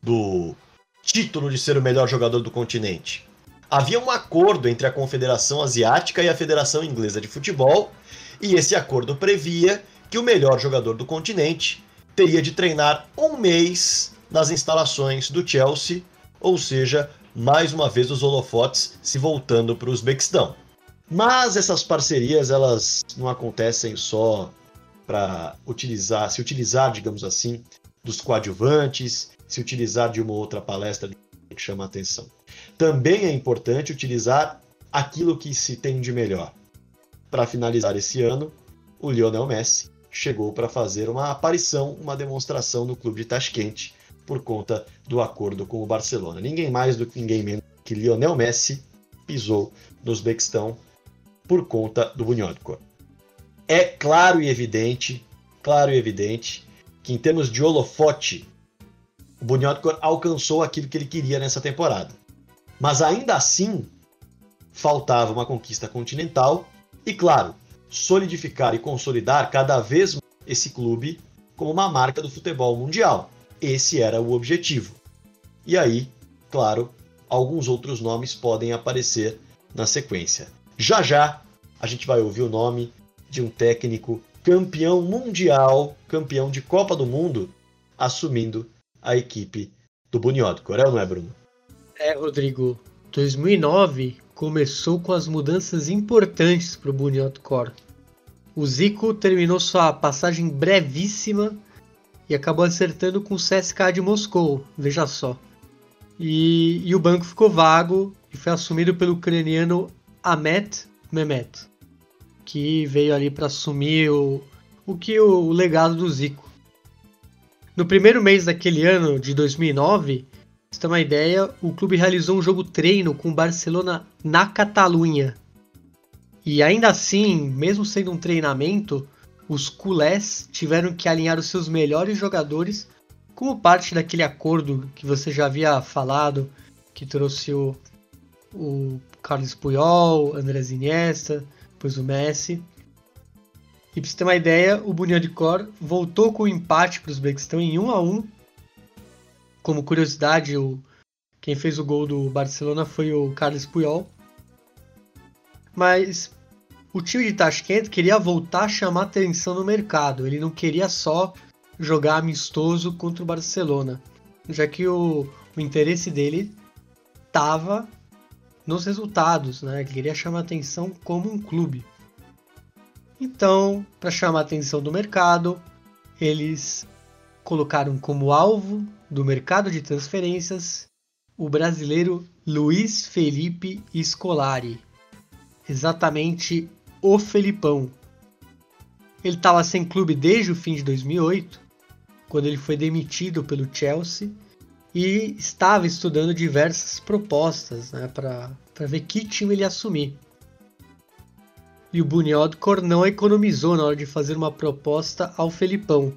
do título de ser o melhor jogador do continente. Havia um acordo entre a Confederação Asiática e a Federação Inglesa de Futebol, e esse acordo previa que o melhor jogador do continente teria de treinar um mês nas instalações do Chelsea, ou seja, mais uma vez os holofotes se voltando para o Uzbequistão. Mas essas parcerias, elas não acontecem só para utilizar, se utilizar, digamos assim, dos coadjuvantes, se utilizar de uma outra palestra que chama a atenção. Também é importante utilizar aquilo que se tem de melhor. Para finalizar esse ano, o Lionel Messi chegou para fazer uma aparição, uma demonstração no clube de Tashkent por conta do acordo com o Barcelona. Ninguém mais do que ninguém menos que Lionel Messi pisou no Uzbequistão por conta do Bunyodkor. É claro e evidente, claro e evidente, que em termos de holofote, o Bunyodkor alcançou aquilo que ele queria nessa temporada. Mas ainda assim, faltava uma conquista continental e, claro, solidificar e consolidar cada vez mais esse clube como uma marca do futebol mundial. Esse era o objetivo. E aí, claro, alguns outros nomes podem aparecer na sequência. Já já, a gente vai ouvir o nome de um técnico campeão mundial, campeão de Copa do Mundo, assumindo a equipe do Bunyodkor. É ou não é, Bruno? É, Rodrigo. dois mil e nove começou com as mudanças importantes para o Bunyodkor. O Zico terminou sua passagem brevíssima e acabou acertando com o C S K A de Moscou, veja só. E, e o banco ficou vago e foi assumido pelo ucraniano Ahmet Mehmet, que veio ali para assumir o, o, que, o, o legado do Zico. No primeiro mês daquele ano, de dois mil e nove, pra você ter uma ideia, o clube realizou um jogo treino com o Barcelona na Catalunha. E ainda assim, mesmo sendo um treinamento, os culés tiveram que alinhar os seus melhores jogadores como parte daquele acordo que você já havia falado, que trouxe o, o Carlos Puyol, Andrés Iniesta, depois o Messi. E pra você ter uma ideia, o Bunyodkor voltou com o empate para o Uzbequistão em um a um. Como curiosidade, o, quem fez o gol do Barcelona foi o Carlos Puyol. Mas o time de Tashkent queria voltar a chamar atenção no mercado. Ele não queria só jogar amistoso contra o Barcelona, já que o, o interesse dele estava nos resultados, né? Ele queria chamar atenção como um clube. Então, para chamar a atenção do mercado, eles colocaram como alvo do mercado de transferências o brasileiro Luiz Felipe Scolari. Exatamente o Felipão. Ele estava sem clube desde o fim de dois mil e oito, quando ele foi demitido pelo Chelsea, e estava estudando diversas propostas, né, para ver que time ele ia assumir. E o Bunyodkor não economizou na hora de fazer uma proposta ao Felipão.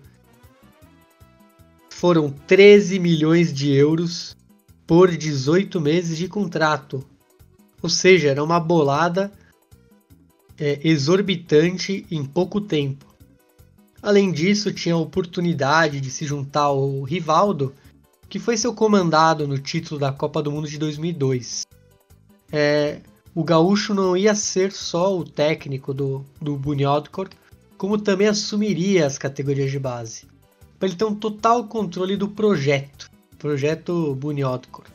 Foram treze milhões de euros por dezoito meses de contrato. Ou seja, era uma bolada é, exorbitante em pouco tempo. Além disso, tinha a oportunidade de se juntar ao Rivaldo, que foi seu comandado no título da Copa do Mundo de dois mil e dois. É, o gaúcho não ia ser só o técnico do, do Bunyodkor, como também assumiria as categorias de base, para ele ter um total controle do projeto, projeto Bunyodkor.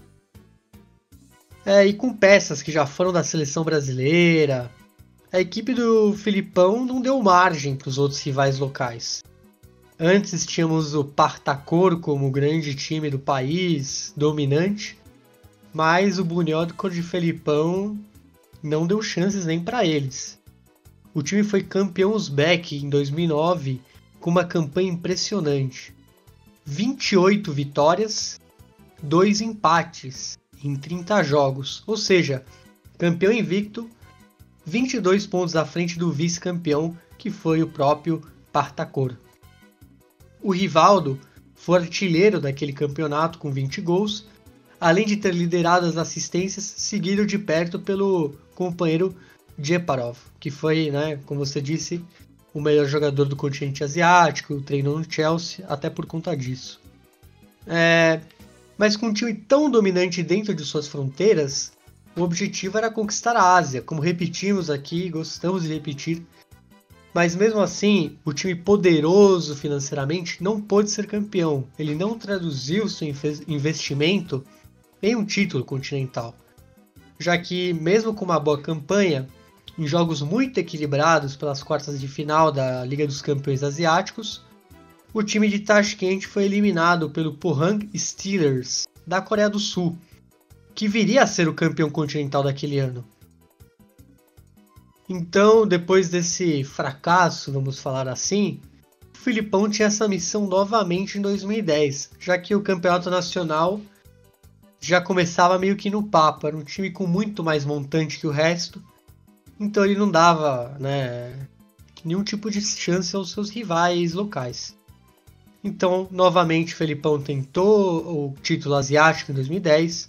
É, e com peças que já foram da seleção brasileira, a equipe do Felipão não deu margem para os outros rivais locais. Antes tínhamos o Partakor como grande time do país, dominante, mas o Bunyodkor de Felipão não deu chances nem para eles. O time foi campeão uzbek em dois mil e nove com uma campanha impressionante. vinte e oito vitórias, dois empates em trinta jogos, ou seja, campeão invicto, vinte e dois pontos à frente do vice-campeão, que foi o próprio Partakor. O Rivaldo foi artilheiro daquele campeonato com vinte gols, além de ter liderado as assistências, seguido de perto pelo companheiro Jeparov, que foi, né, como você disse, o melhor jogador do continente asiático, treinou no Chelsea, até por conta disso. É, mas com um time tão dominante dentro de suas fronteiras, o objetivo era conquistar a Ásia, como repetimos aqui, gostamos de repetir. Mas mesmo assim, o time poderoso financeiramente não pôde ser campeão. Ele não traduziu seu investimento em um título continental. Já que, mesmo com uma boa campanha, em jogos muito equilibrados pelas quartas de final da Liga dos Campeões Asiáticos, o time de Tashkent foi eliminado pelo Pohang Steelers, da Coreia do Sul, que viria a ser o campeão continental daquele ano. Então, depois desse fracasso, vamos falar assim, o Felipão tinha essa missão novamente em dois mil e dez, já que o campeonato nacional já começava meio que no papo, era um time com muito mais montante que o resto, então ele não dava, né, nenhum tipo de chance aos seus rivais locais. Então, novamente, o Felipão tentou o título asiático em dois mil e dez,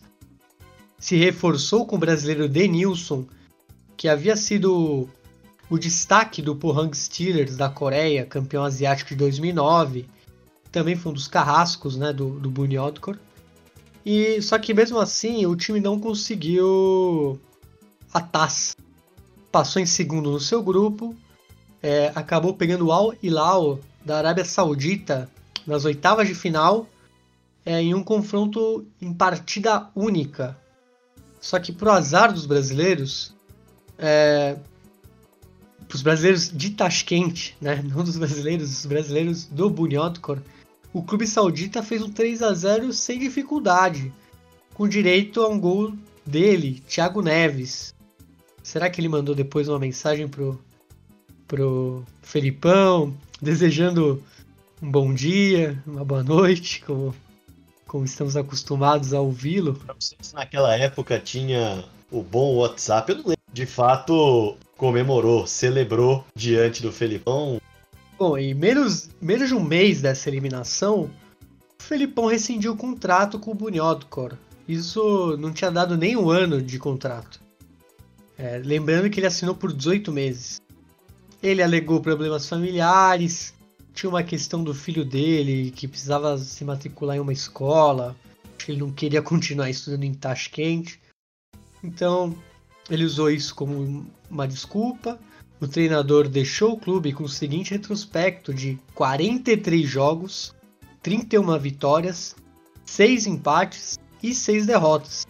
se reforçou com o brasileiro Denilson, que havia sido o destaque do Pohang Steelers da Coreia, campeão asiático de dois mil e nove, também foi um dos carrascos, né, do, do Bunyodkor. E só que mesmo assim o time não conseguiu a taça. Passou em segundo no seu grupo, é, acabou pegando o Al Hilal da Arábia Saudita nas oitavas de final, é, em um confronto em partida única. Só que pro azar dos brasileiros, é, para os brasileiros de Tashkent, né, não dos brasileiros, os brasileiros do Bunyodkor, o clube saudita fez um três a zero sem dificuldade, com direito a um gol dele, Thiago Neves. Será que ele mandou depois uma mensagem pro, pro Felipão, desejando um bom dia, uma boa noite, como, como estamos acostumados a ouvi-lo? Não sei se naquela época tinha o bom WhatsApp, eu não lembro. De fato, comemorou, celebrou diante do Felipão. Bom, e menos, menos de um mês dessa eliminação, o Felipão rescindiu o contrato com o Bunyodkor. Isso não tinha dado nem um ano de contrato. É, lembrando que ele assinou por dezoito meses. Ele alegou problemas familiares, tinha uma questão do filho dele que precisava se matricular em uma escola, que ele não queria continuar estudando em Tashkent. Então, ele usou isso como uma desculpa. O treinador deixou o clube com o seguinte retrospecto de quarenta e três jogos, trinta e uma vitórias, seis empates e seis derrotas.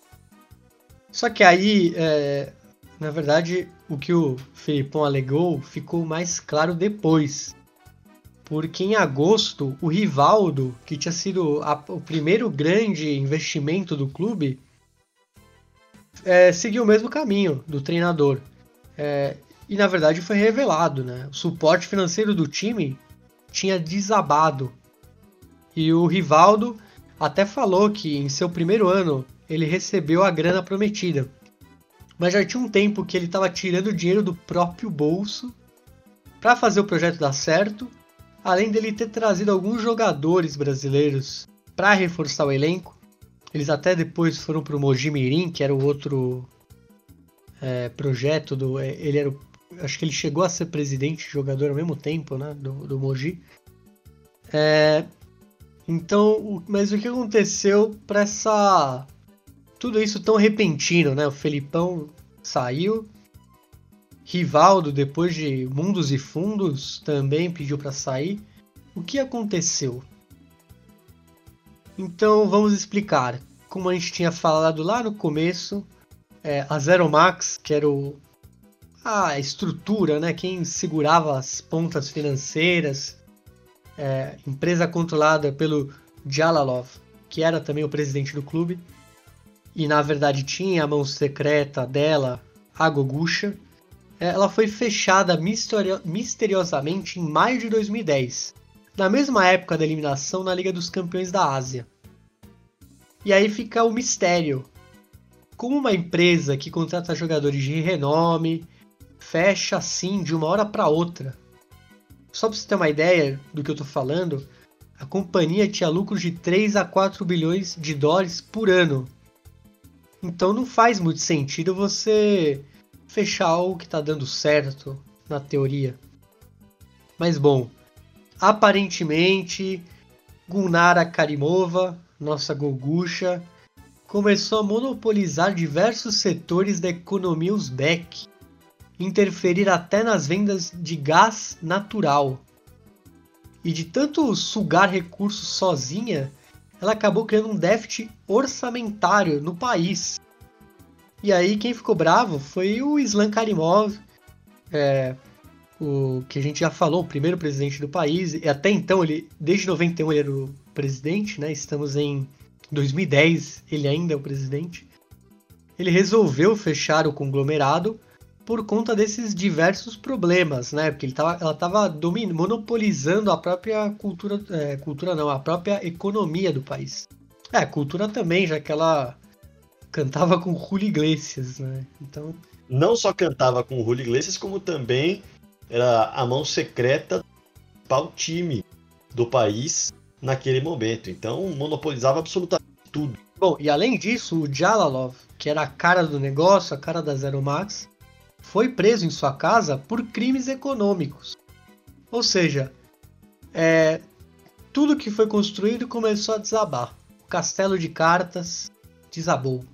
Só que aí, é, na verdade, o que o Felipão alegou ficou mais claro depois. Porque em agosto, o Rivaldo, que tinha sido a, o primeiro grande investimento do clube, é, seguiu o mesmo caminho do treinador. É, e na verdade foi revelado, né? O suporte financeiro do time tinha desabado. E o Rivaldo até falou que em seu primeiro ano ele recebeu a grana prometida. mas já tinha um tempo que ele estava tirando dinheiro do próprio bolso para fazer o projeto dar certo, além dele ter trazido alguns jogadores brasileiros para reforçar o elenco. Eles até depois foram para o Mogi Mirim, que era o outro é, projeto do. Ele era, acho que ele chegou a ser presidente e jogador ao mesmo tempo, né, do, do Mogi. É, então, mas o que aconteceu para essa tudo isso tão repentino, né? O Felipão saiu, Rivaldo, depois de mundos e fundos, também pediu para sair. O que aconteceu? Então vamos explicar. Como a gente tinha falado lá no começo, é, a Zero Max, que era o, a estrutura, né? Quem segurava as pontas financeiras, é, empresa controlada pelo Djalalov, que era também o presidente do clube, e na verdade tinha a mão secreta dela, a Gogusha. Ela foi fechada misterio- misteriosamente em maio de dois mil e dez, na mesma época da eliminação na Liga dos Campeões da Ásia. E aí fica o mistério. Como uma empresa que contrata jogadores de renome fecha assim de uma hora para outra? Só para você ter uma ideia do que eu estou falando, a companhia tinha lucros de três a quatro bilhões de dólares por ano. Então não faz muito sentido você fechar algo que está dando certo na teoria. Mas bom, aparentemente Gulnara Karimova, nossa Gogusha, começou a monopolizar diversos setores da economia uzbek, interferir até nas vendas de gás natural. E de tanto sugar recursos sozinha, ela acabou criando um déficit orçamentário no país. E aí quem ficou bravo foi o Islam Karimov, é, o que a gente já falou, o primeiro presidente do país. E até então, ele, desde noventa e um ele era o presidente, né? Estamos em dois mil e dez, ele ainda é o presidente. Ele resolveu fechar o conglomerado por conta desses diversos problemas, né? Porque ele tava, ela estava monopolizando a própria cultura, é, cultura não, a própria economia do país. É, cultura também, já que ela cantava com Julio Iglesias, né? Então, não só cantava com o Julio Iglesias, como também era a mão secreta para o time do país naquele momento. Então, monopolizava absolutamente tudo. Bom, e além disso, o Djalalov, que era a cara do negócio, a cara da Zero Max, foi preso em sua casa por crimes econômicos. Ou seja, é, tudo que foi construído começou a desabar. O castelo de cartas desabou.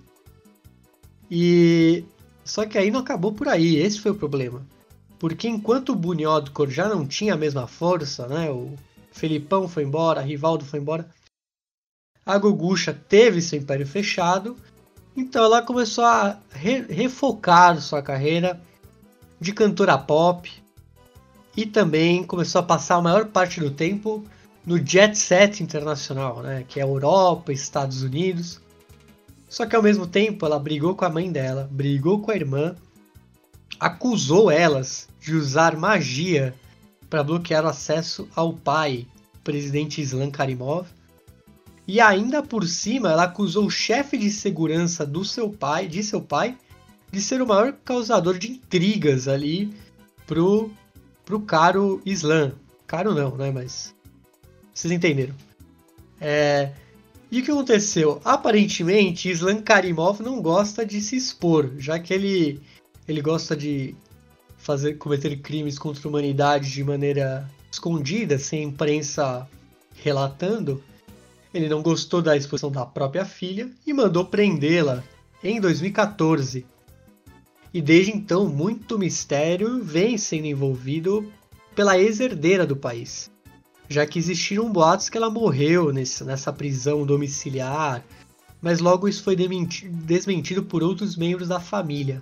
E só que aí não acabou por aí, esse foi o problema. Porque enquanto o Bunyodkor já não tinha a mesma força, né, o Felipão foi embora, Rivaldo foi embora, a Gogusha teve seu império fechado. Então ela começou a re- refocar sua carreira de cantora pop e também começou a passar a maior parte do tempo no jet set internacional, né, que é Europa, Estados Unidos. Só que ao mesmo tempo ela brigou com a mãe dela, brigou com a irmã, acusou elas de usar magia para bloquear o acesso ao pai, o presidente Islam Karimov. E ainda por cima, ela acusou o chefe de segurança do seu pai, de seu pai, de ser o maior causador de intrigas ali pro, pro caro Islam. Caro não, né? Mas vocês entenderam. É... E o que aconteceu? Aparentemente, Islam Karimov não gosta de se expor, já que ele, ele gosta de fazer, cometer crimes contra a humanidade de maneira escondida, sem a imprensa relatando. Ele não gostou da exposição da própria filha e mandou prendê-la em dois mil e quatorze. E desde então, muito mistério vem sendo envolvido pela ex-herdeira do país, já que existiram boatos que ela morreu nesse, nessa prisão domiciliar, mas logo isso foi dementi- desmentido por outros membros da família.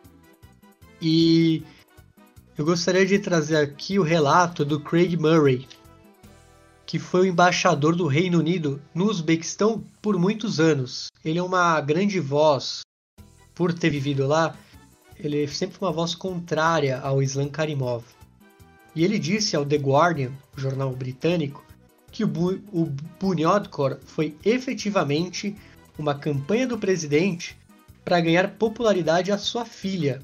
E eu gostaria de trazer aqui o relato do Craig Murray, que foi o embaixador do Reino Unido no Uzbequistão por muitos anos. Ele é uma grande voz, por ter vivido lá, ele é sempre uma voz contrária ao Islam Karimov. E ele disse ao The Guardian, o jornal britânico, que o, Bu- o Bunyodkor foi efetivamente uma campanha do presidente para ganhar popularidade à sua filha,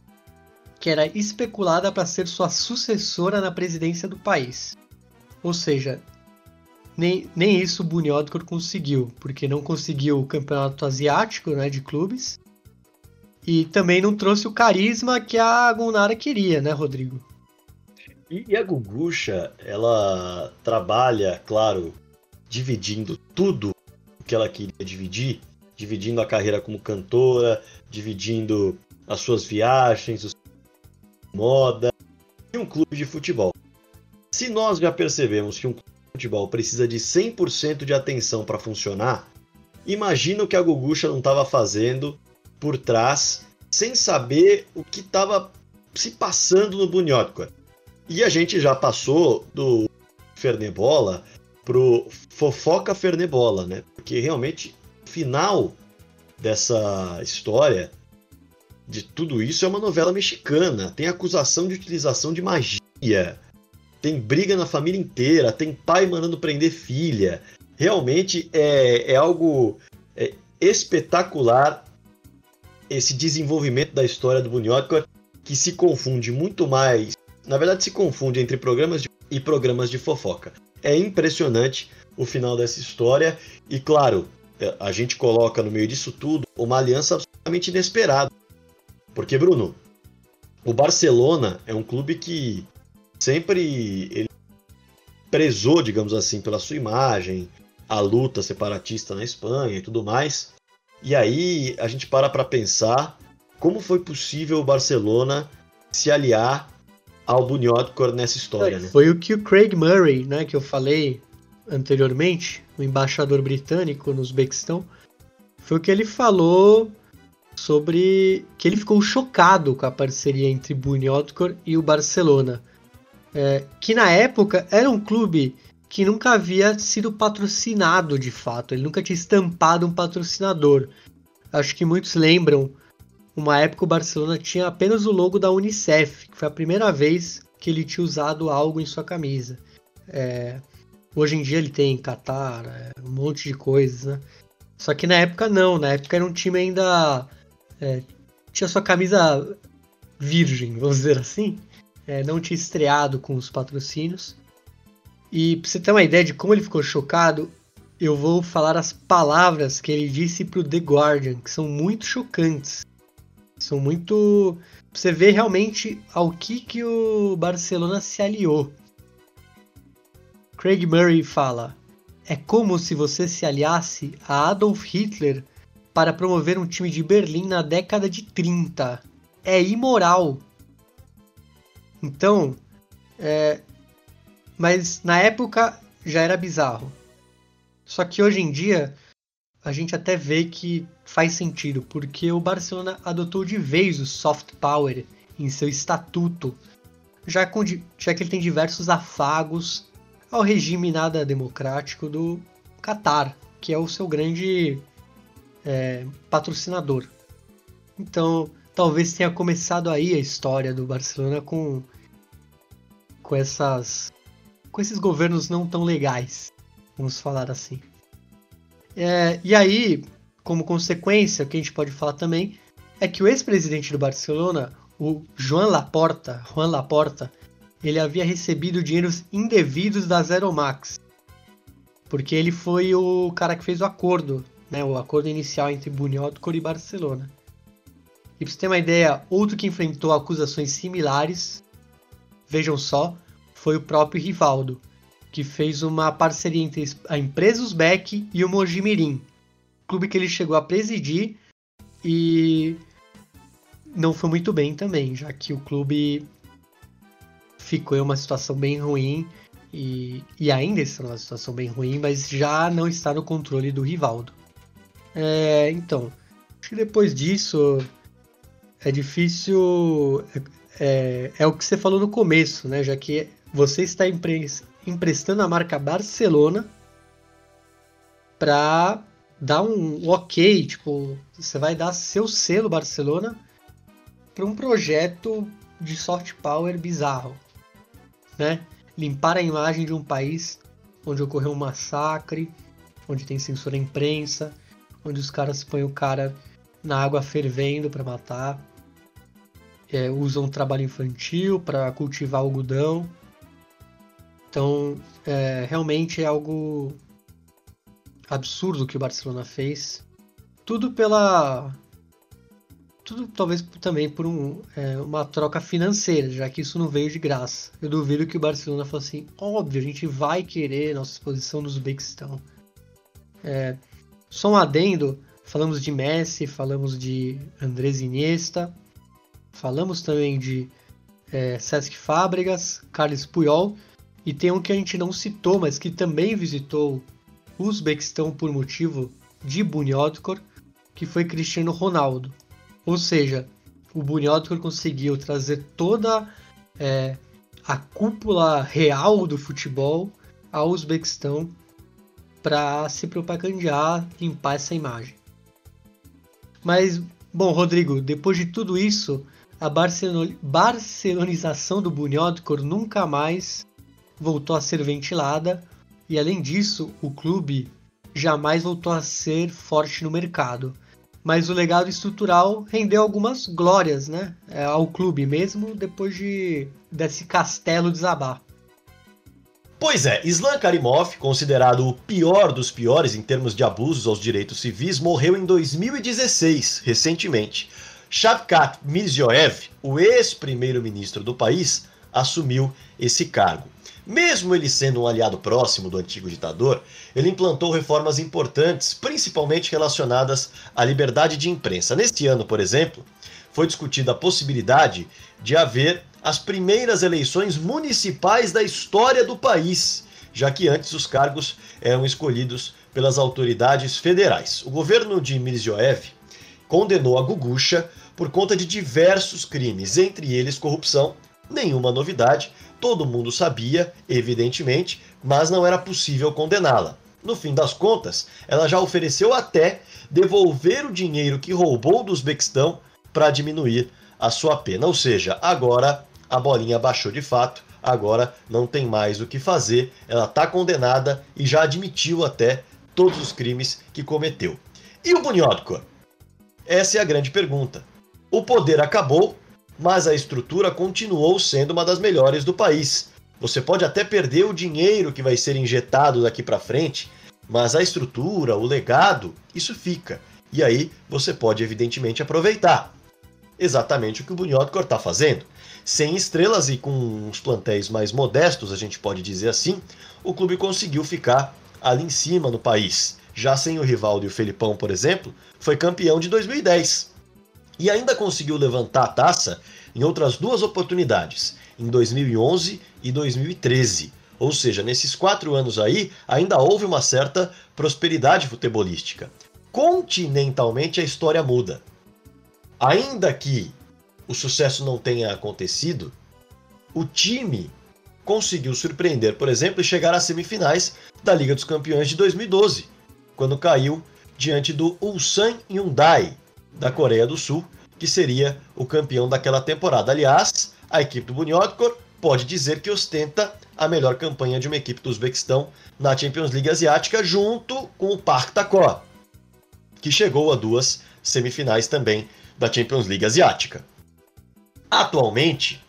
que era especulada para ser sua sucessora na presidência do país. Ou seja, nem, nem isso o Bunyodkor conseguiu, porque não conseguiu o campeonato asiático, né, de clubes, e também não trouxe o carisma que a Gunara queria, né, Rodrigo? E, e a Gugucha, ela trabalha, claro, dividindo tudo o que ela queria dividir, dividindo a carreira como cantora, dividindo as suas viagens, os moda e um clube de futebol. Se nós já percebemos que um clube de futebol precisa de cem por cento de atenção para funcionar, imagina o que a Gugucha não estava fazendo por trás, sem saber o que estava se passando no Bunyodkor. E a gente já passou do Fernebola pro Fofoca Fernebola, né? Porque realmente o final dessa história, de tudo isso, é uma novela mexicana. Tem acusação de utilização de magia, tem briga na família inteira, tem pai mandando prender filha. Realmente é, é algo é, espetacular esse desenvolvimento da história do Bunyodkor, que se confunde muito mais, na verdade se confunde entre programas de, e programas de fofoca. É impressionante o final dessa história e, claro, a gente coloca no meio disso tudo uma aliança absolutamente inesperada. Porque, Bruno, o Barcelona é um clube que sempre ele prezou, digamos assim, pela sua imagem, a luta separatista na Espanha e tudo mais. E aí a gente para para pensar como foi possível o Barcelona se aliar ao Bunyodkor nessa história, né? Foi o que o Craig Murray, né, que eu falei anteriormente, o embaixador britânico no Uzbequistão, foi o que ele falou sobre que ele ficou chocado com a parceria entre Bunyodkor e o Barcelona, é, que na época era um clube que nunca havia sido patrocinado de fato, ele nunca tinha estampado um patrocinador. Acho que muitos lembram, uma época o Barcelona tinha apenas o logo da Unicef, que foi a primeira vez que ele tinha usado algo em sua camisa. É, hoje em dia ele tem Qatar, é, um monte de coisas, né? Só que na época não, na época era um time ainda... É, tinha sua camisa virgem, vamos dizer assim, é, não tinha estreado com os patrocínios. E pra você ter uma ideia de como ele ficou chocado, eu vou falar as palavras que ele disse pro The Guardian, que são muito chocantes. São muito... Pra você ver realmente ao que, que o Barcelona se aliou. Craig Murray fala: é como se você se aliasse a Adolf Hitler para promover um time de Berlim na década de trinta. É imoral. Então, é... mas na época já era bizarro. Só que hoje em dia a gente até vê que faz sentido, porque o Barcelona adotou de vez o soft power em seu estatuto, já, com, já que ele tem diversos afagos ao regime nada democrático do Qatar, que é o seu grande é, patrocinador. Então, talvez tenha começado aí a história do Barcelona com, com, essas, com esses governos não tão legais, vamos falar assim. É, e aí, como consequência, o que a gente pode falar também é que o ex-presidente do Barcelona, o Joan Laporta, Juan Laporta, ele havia recebido dinheiros indevidos da Zero Max, porque ele foi o cara que fez o acordo, né, o acordo inicial entre Bunyodkor e Barcelona. E para você ter uma ideia, outro que enfrentou acusações similares, vejam só, foi o próprio Rivaldo, que fez uma parceria entre a empresa Uzbek e o Mojimirim, clube que ele chegou a presidir e não foi muito bem também, já que o clube ficou em uma situação bem ruim e, e ainda está numa situação bem ruim, mas já não está no controle do Rivaldo. É, então, acho que depois disso é difícil, é, é, é o que você falou no começo, né? Já que você está empre, emprestando a marca Barcelona para dar um ok, tipo, você vai dar seu selo Barcelona para um projeto de soft power bizarro, né? Limpar a imagem de um país onde ocorreu um massacre, onde tem censura à imprensa, onde os caras põem o cara na água fervendo para matar. É, usam trabalho infantil para cultivar algodão. Então, é, realmente é algo absurdo que o Barcelona fez. Tudo pela... Tudo talvez também por um, é, uma troca financeira, já que isso não veio de graça. Eu duvido que o Barcelona falou assim, óbvio, a gente vai querer nossa exposição no Uzbequistão. É, só um adendo, falamos de Messi, falamos de Andrés Iniesta, falamos também de é, Cesc Fábregas, Carles Puyol, e tem um que a gente não citou, mas que também visitou o Uzbequistão por motivo de Bunyodkor, que foi Cristiano Ronaldo. Ou seja, o Bunyodkor conseguiu trazer toda é, a cúpula real do futebol ao Uzbequistão para se propagandear, limpar essa imagem. Mas, bom, Rodrigo, depois de tudo isso, a barcelon- barcelonização do Bunyodkor nunca mais voltou a ser ventilada e, além disso, o clube jamais voltou a ser forte no mercado. Mas o legado estrutural rendeu algumas glórias, né, ao clube, mesmo depois de, desse castelo desabar. Pois é, Islam Karimov, considerado o pior dos piores em termos de abusos aos direitos civis, morreu em dois mil e dezesseis, recentemente. Shavkat Mirziyoyev, o ex-primeiro-ministro do país, assumiu esse cargo. Mesmo ele sendo um aliado próximo do antigo ditador, ele implantou reformas importantes, principalmente relacionadas à liberdade de imprensa. Neste ano, por exemplo, foi discutida a possibilidade de haver as primeiras eleições municipais da história do país, já que antes os cargos eram escolhidos pelas autoridades federais. O governo de Mirziyoyev condenou a Gugusha por conta de diversos crimes, entre eles corrupção. Nenhuma novidade, todo mundo sabia, evidentemente, mas não era possível condená-la. No fim das contas, ela já ofereceu até devolver o dinheiro que roubou do Uzbequistão para diminuir a sua pena. Ou seja, agora a bolinha baixou de fato, agora não tem mais o que fazer, ela está condenada e já admitiu até todos os crimes que cometeu. E o Bunyodkor? Essa é a grande pergunta. O poder acabou, mas a estrutura continuou sendo uma das melhores do país. Você pode até perder o dinheiro que vai ser injetado daqui para frente, mas a estrutura, o legado, isso fica. E aí você pode evidentemente aproveitar. Exatamente o que o Bunyodkor está fazendo. Sem estrelas e com uns plantéis mais modestos, a gente pode dizer assim, o clube conseguiu ficar ali em cima no país. Já sem o Rivaldo e o Felipão, por exemplo, foi campeão de dois mil e dez. E ainda conseguiu levantar a taça em outras duas oportunidades, em dois mil e onze e dois mil e treze. Ou seja, nesses quatro anos aí, ainda houve uma certa prosperidade futebolística. Continentalmente a história muda. Ainda que o sucesso não tenha acontecido, o time conseguiu surpreender, por exemplo, e chegar às semifinais da Liga dos Campeões de dois mil e doze, quando caiu diante do Ulsan Hyundai, da Coreia do Sul, que seria o campeão daquela temporada. Aliás, a equipe do Bunyodkor pode dizer que ostenta a melhor campanha de uma equipe do Uzbequistão na Champions League Asiática, junto com o Park Takor, que chegou a duas semifinais também da Champions League Asiática. Atualmente,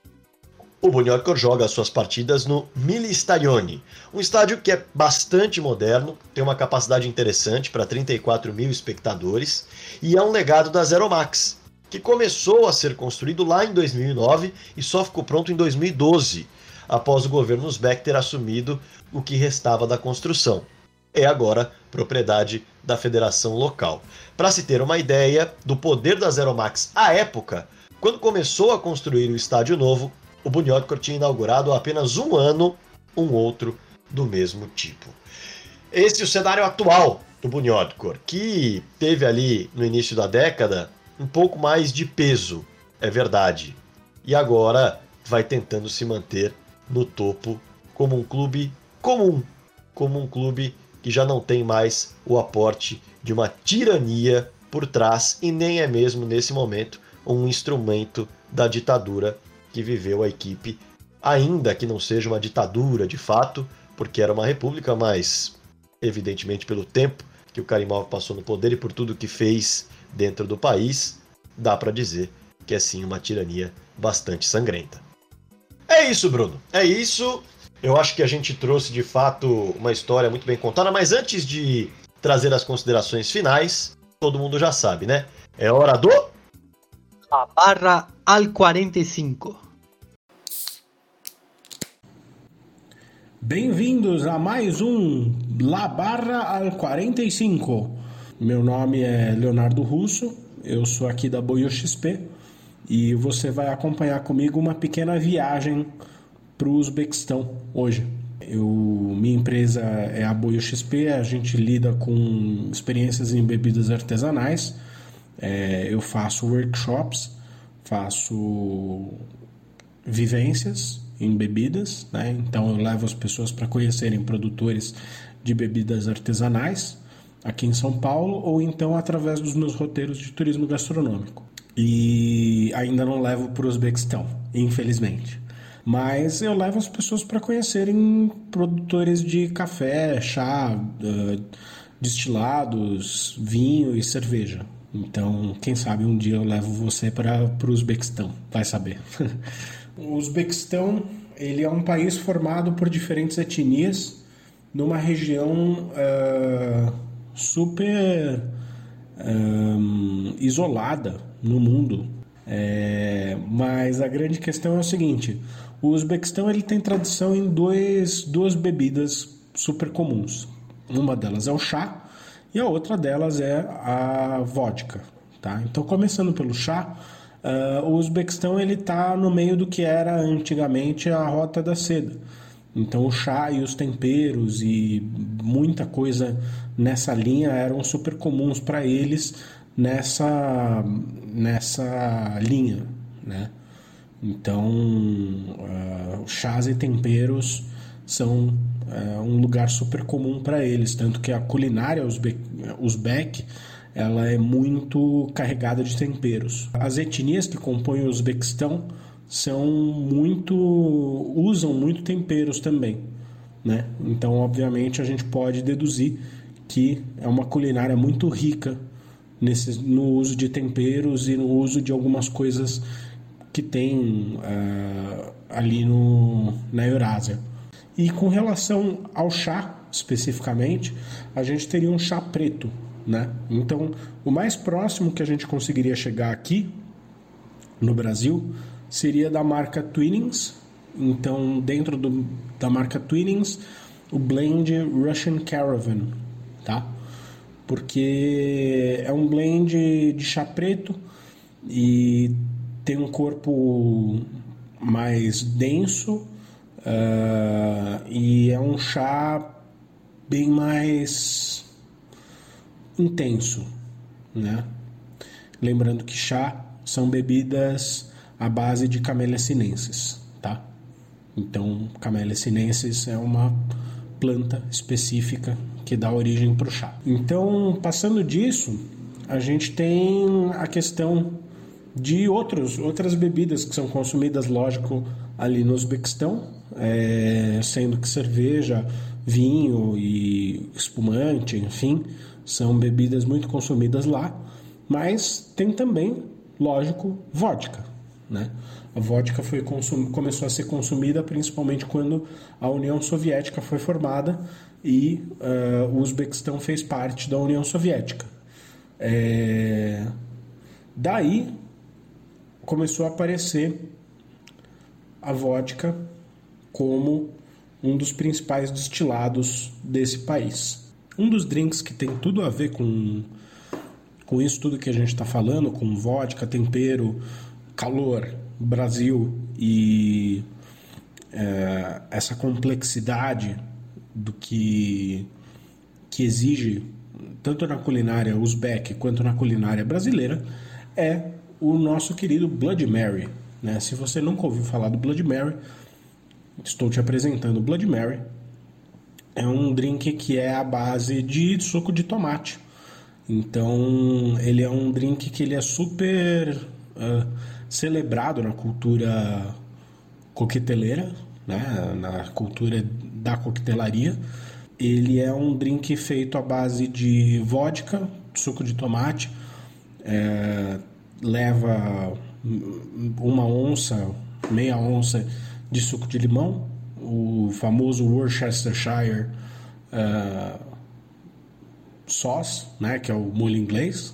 o Bunyodkor joga suas partidas no Mili Stadioni, um estádio que é bastante moderno, tem uma capacidade interessante para trinta e quatro mil espectadores e é um legado da Zero Max, que começou a ser construído lá em dois mil e nove e só ficou pronto em dois mil e doze, após o governo uzbek ter assumido o que restava da construção. É agora propriedade da federação local. Para se ter uma ideia do poder da Zero Max à época, quando começou a construir o estádio novo, o Bunyodkor tinha inaugurado há apenas um ano um outro do mesmo tipo. Esse é o cenário atual do Bunyodkor, que teve ali no início da década um pouco mais de peso, é verdade, e agora vai tentando se manter no topo como um clube comum, como um clube que já não tem mais o aporte de uma tirania por trás e nem é mesmo nesse momento um instrumento da ditadura que viveu a equipe, ainda que não seja uma ditadura de fato, porque era uma república, mas evidentemente pelo tempo que o Karimov passou no poder e por tudo que fez dentro do país, dá para dizer que é sim uma tirania bastante sangrenta. É isso, Bruno. É isso. Eu acho que a gente trouxe, de fato, uma história muito bem contada, mas antes de trazer as considerações finais, todo mundo já sabe, né? É hora do... La barra al quarenta e cinco. Bem-vindos a mais um La Barra al quarenta e cinco. Meu nome é Leonardo Russo, eu sou aqui da Boio X P e você vai acompanhar comigo uma pequena viagem para o Uzbequistão hoje. Eu, minha empresa é a Boio X P, a gente lida com experiências em bebidas artesanais. É, eu faço workshops, faço vivências em bebidas, né? Então eu levo as pessoas para conhecerem produtores de bebidas artesanais aqui em São Paulo, ou então através dos meus roteiros de turismo gastronômico. E ainda não levo para o Uzbequistão, infelizmente. Mas eu levo as pessoas para conhecerem produtores de café, chá, uh, destilados, vinho e cerveja. Então, quem sabe um dia eu levo você para o Uzbequistão, vai saber. O Uzbequistão, ele é um país formado por diferentes etnias numa região uh, super uh, isolada no mundo. É, mas a grande questão é o seguinte: o Uzbequistão ele tem tradição em dois, duas bebidas super comuns. Uma delas é o chá e a outra delas é a vodka, tá? Então, começando pelo chá, uh, o Uzbequistão ele está no meio do que era antigamente a Rota da Seda. Então, o chá e os temperos e muita coisa nessa linha eram super comuns para eles nessa, nessa linha, né? Então, uh, chás e temperos são uh, um lugar super comum para eles, tanto que a culinária uzbe- uzbeque ela é muito carregada de temperos. As etnias que compõem o Uzbequistão são muito usam muito temperos também, né? Então, obviamente, a gente pode deduzir que é uma culinária muito rica nesse, no uso de temperos e no uso de algumas coisas que tem uh, ali no, na Eurásia. E com relação ao chá, especificamente, a gente teria um chá preto, né? Então, o mais próximo que a gente conseguiria chegar aqui no Brasil seria da marca Twinings. Então, dentro do, da marca Twinings, o blend Russian Caravan, tá? Porque é um blend de chá preto e tem um corpo mais denso uh, e é um chá bem mais intenso, né? Lembrando que chá são bebidas à base de Camellia sinensis, tá? Então, Camellia sinensis é uma planta específica que dá origem para o chá. Então, passando disso, a gente tem a questão de outros, outras bebidas que são consumidas, lógico, ali no Uzbequistão, é, sendo que cerveja, vinho e espumante, enfim, são bebidas muito consumidas lá, mas tem também, lógico, vodka, né? A vodka foi consum... começou a ser consumida principalmente quando a União Soviética foi formada e uh, o Uzbequistão fez parte da União Soviética. É... Daí começou a aparecer a vodka como um dos principais destilados desse país. Um dos drinks que tem tudo a ver com, com isso tudo que a gente está falando, com vodka, tempero, calor, Brasil e é, essa complexidade do que, que exige tanto na culinária uzbeque quanto na culinária brasileira é o nosso querido Bloody Mary, né? Se você nunca ouviu falar do Bloody Mary, estou te apresentando o Bloody Mary. É um drink que é à base de suco de tomate. Então, ele é um drink que ele é super uh, celebrado na cultura coqueteleira, né? Na cultura da coquetelaria. Ele é um drink feito à base de vodka, suco de tomate, é, leva uma onça, meia onça de suco de limão, o famoso Worcestershire uh, sauce, né, que é o molho inglês,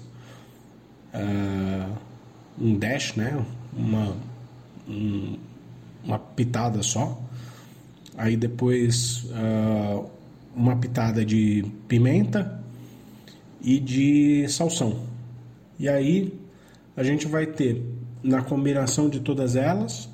uh, um dash, né, uma, um, uma pitada só, aí depois uh, uma pitada de pimenta e de salsão. E aí a gente vai ter, na combinação de todas elas,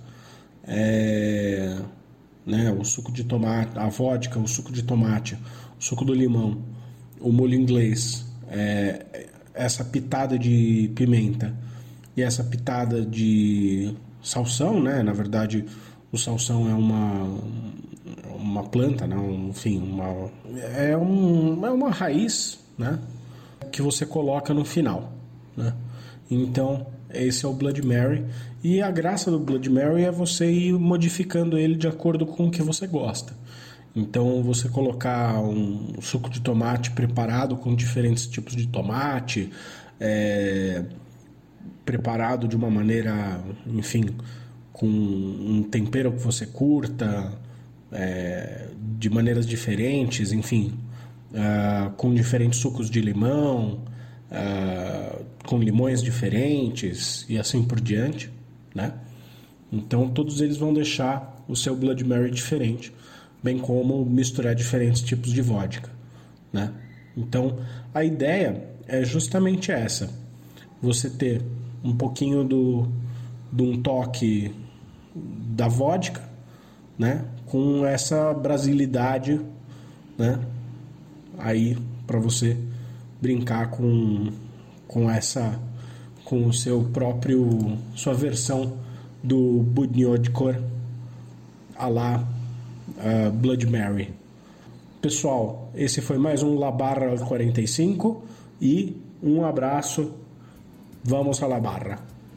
é, né, o suco de tomate, a vodka, o suco de tomate, o suco do limão, o molho inglês, é, essa pitada de pimenta e essa pitada de salsão, né? Na verdade, o salsão é uma uma planta, né? Enfim, uma é, um, é uma raiz, né? Que você coloca no final, né? Então, esse é o Bloody Mary. E a graça do Bloody Mary é você ir modificando ele de acordo com o que você gosta. Então, você colocar um suco de tomate preparado com diferentes tipos de tomate, é, preparado de uma maneira, enfim, com um tempero que você curta, é, de maneiras diferentes, enfim, uh, com diferentes sucos de limão, uh, com limões diferentes e assim por diante, né? Então todos eles vão deixar o seu Bloody Mary diferente, bem como misturar diferentes tipos de vodka, né? Então a ideia é justamente essa: você ter um pouquinho do, de um toque da vodka, né? Com essa brasilidade, né? Aí para você brincar com com essa com o seu próprio sua versão do Bunyodkor a la uh, Bloody Mary. Pessoal, esse foi mais um La Barra quarenta e cinco e um abraço. Vamos a La Barra.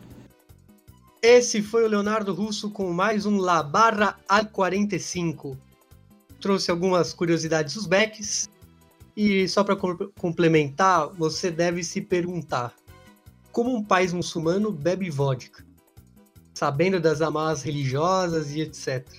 Esse foi o Leonardo Russo com mais um La Barra al quarenta e cinco. Trouxe algumas curiosidades dos backs. E só para complementar, você deve se perguntar: como um país muçulmano bebe vodka, sabendo das amarras religiosas e etcétera.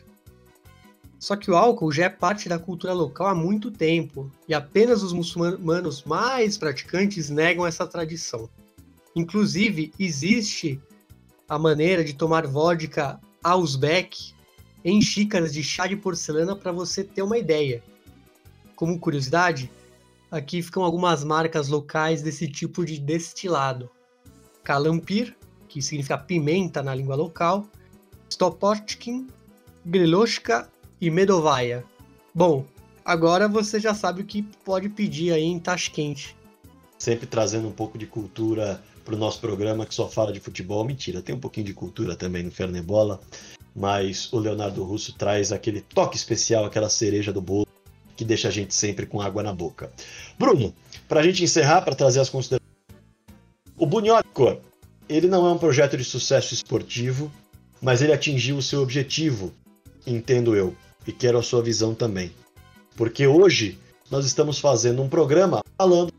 Só que o álcool já é parte da cultura local há muito tempo, e apenas os muçulmanos mais praticantes negam essa tradição. Inclusive, existe a maneira de tomar vodka a Uzbek em xícaras de chá de porcelana, para você ter uma ideia. Como curiosidade, aqui ficam algumas marcas locais desse tipo de destilado: Kalampir, que significa pimenta na língua local, Stopotkin, Griloshka e Medovaya. Bom, agora você já sabe o que pode pedir aí em Tashkent. Sempre trazendo um pouco de cultura para o nosso programa, que só fala de futebol. Mentira, tem um pouquinho de cultura também no Fernebola, mas o Leonardo Russo traz aquele toque especial, aquela cereja do bolo, que deixa a gente sempre com água na boca. Bruno, para a gente encerrar, para trazer as considerações, o Bunyodkor, ele não é um projeto de sucesso esportivo, mas ele atingiu o seu objetivo, entendo eu, e quero a sua visão também. Porque hoje nós estamos fazendo um programa falando,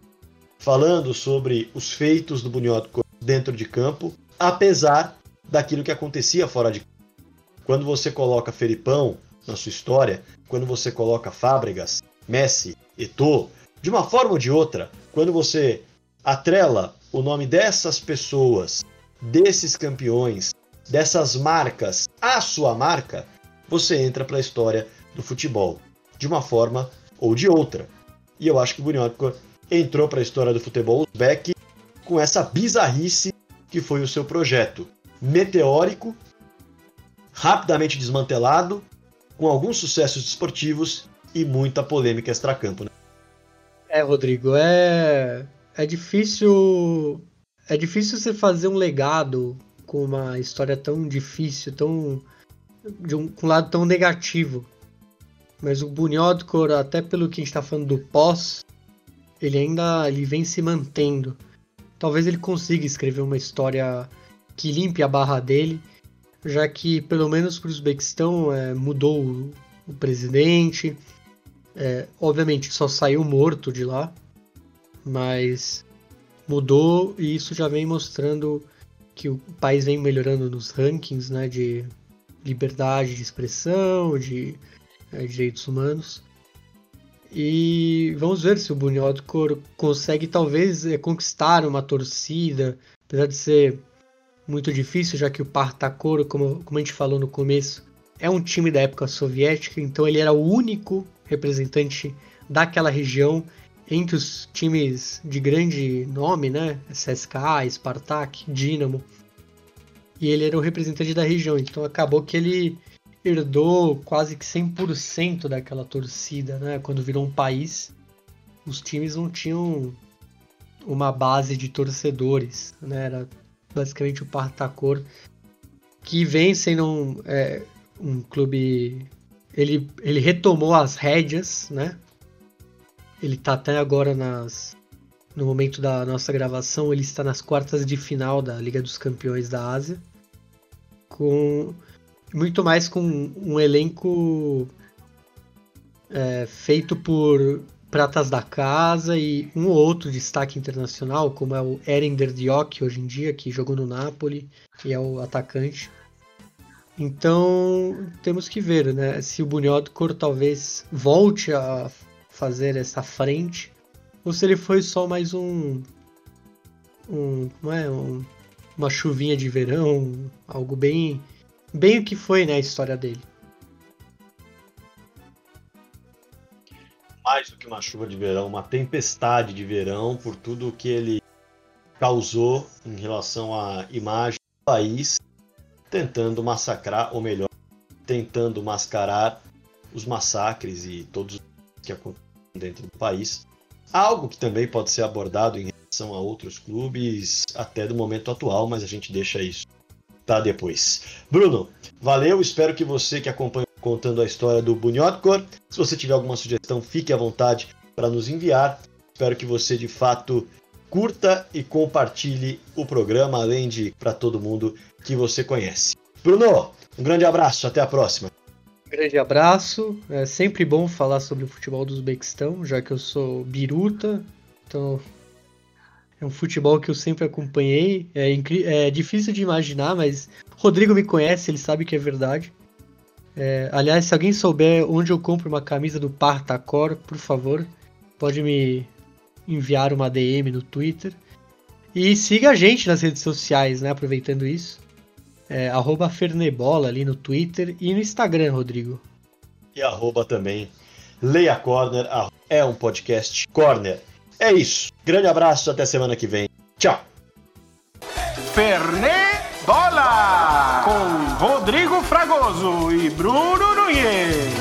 falando sobre os feitos do Bunyodkor dentro de campo, apesar daquilo que acontecia fora de campo. Quando você coloca Felipão na sua história, quando você coloca Fábregas, Messi, Eto'o, de uma forma ou de outra, quando você atrela o nome dessas pessoas, desses campeões, dessas marcas à sua marca, você entra para a história do futebol, de uma forma ou de outra. E eu acho que o Bunyodkor entrou para a história do futebol uzbek com essa bizarrice que foi o seu projeto. Meteórico, rapidamente desmantelado, com alguns sucessos desportivos e muita polêmica extracampo, né? É, Rodrigo, é... é difícil... É difícil você fazer um legado com uma história tão difícil, tão... de um, com um lado tão negativo. Mas o Bunyodkor, até pelo que a gente está falando do pós, ele ainda ele vem se mantendo. Talvez ele consiga escrever uma história que limpe a barra dele, já que, pelo menos para o Uzbequistão, é, mudou o, o presidente. É, obviamente só saiu morto de lá, mas mudou e isso já vem mostrando que o país vem melhorando nos rankings, né, de liberdade de expressão, de é, direitos humanos. E vamos ver se o Bunyodkor consegue talvez é, conquistar uma torcida, apesar de ser muito difícil, já que o Partakor, como, como a gente falou no começo, é um time da época soviética, então ele era o único representante daquela região entre os times de grande nome, né? C S K A, Spartak, Dinamo. E ele era o representante da região, então acabou que ele herdou quase que cem por cento daquela torcida, né? Quando virou um país, os times não tinham uma base de torcedores, né? Era basicamente o Partakor, que vem sendo um, é, um clube... Ele, ele retomou as rédeas, né? Ele está até agora nas... No momento da nossa gravação, ele está nas quartas de final da Liga dos Campeões da Ásia, com muito mais com um elenco é, feito por pratas da casa e um ou outro destaque internacional, como é o Erender Diok hoje em dia, que jogou no Napoli e é o atacante. Então temos que ver, né, se o Bunyodkor talvez volte a fazer essa frente, ou se ele foi só mais um, um, não é, um uma chuvinha de verão, algo bem, bem o que foi, né, a história dele. Mais do que uma chuva de verão, uma tempestade de verão, por tudo que ele causou em relação à imagem do país, tentando massacrar, ou melhor, tentando mascarar os massacres e todos os que acontecem dentro do país. Algo que também pode ser abordado em relação a outros clubes, até do momento atual, mas a gente deixa isso para depois. Bruno, valeu, espero que você que acompanha contando a história do Bunyodkor, se você tiver alguma sugestão, fique à vontade para nos enviar. Espero que você, de fato, curta e compartilhe o programa, além de para todo mundo que você conhece. Bruno, um grande abraço, até a próxima. Um grande abraço, é sempre bom falar sobre o futebol do Uzbequistão, já que eu sou biruta, então é um futebol que eu sempre acompanhei, é, incri- é difícil de imaginar, mas Rodrigo me conhece, ele sabe que é verdade. É, aliás, se alguém souber onde eu compro uma camisa do Partakor, por favor, pode me enviar uma D M no Twitter. E siga a gente nas redes sociais, né, aproveitando isso. É, arroba Fernebola ali no Twitter e no Instagram, Rodrigo. E arroba também Leia Corner, é um podcast Corner. É isso. Grande abraço, até semana que vem. Tchau. Fernebola com Rodrigo Fragoso e Bruno Nunes.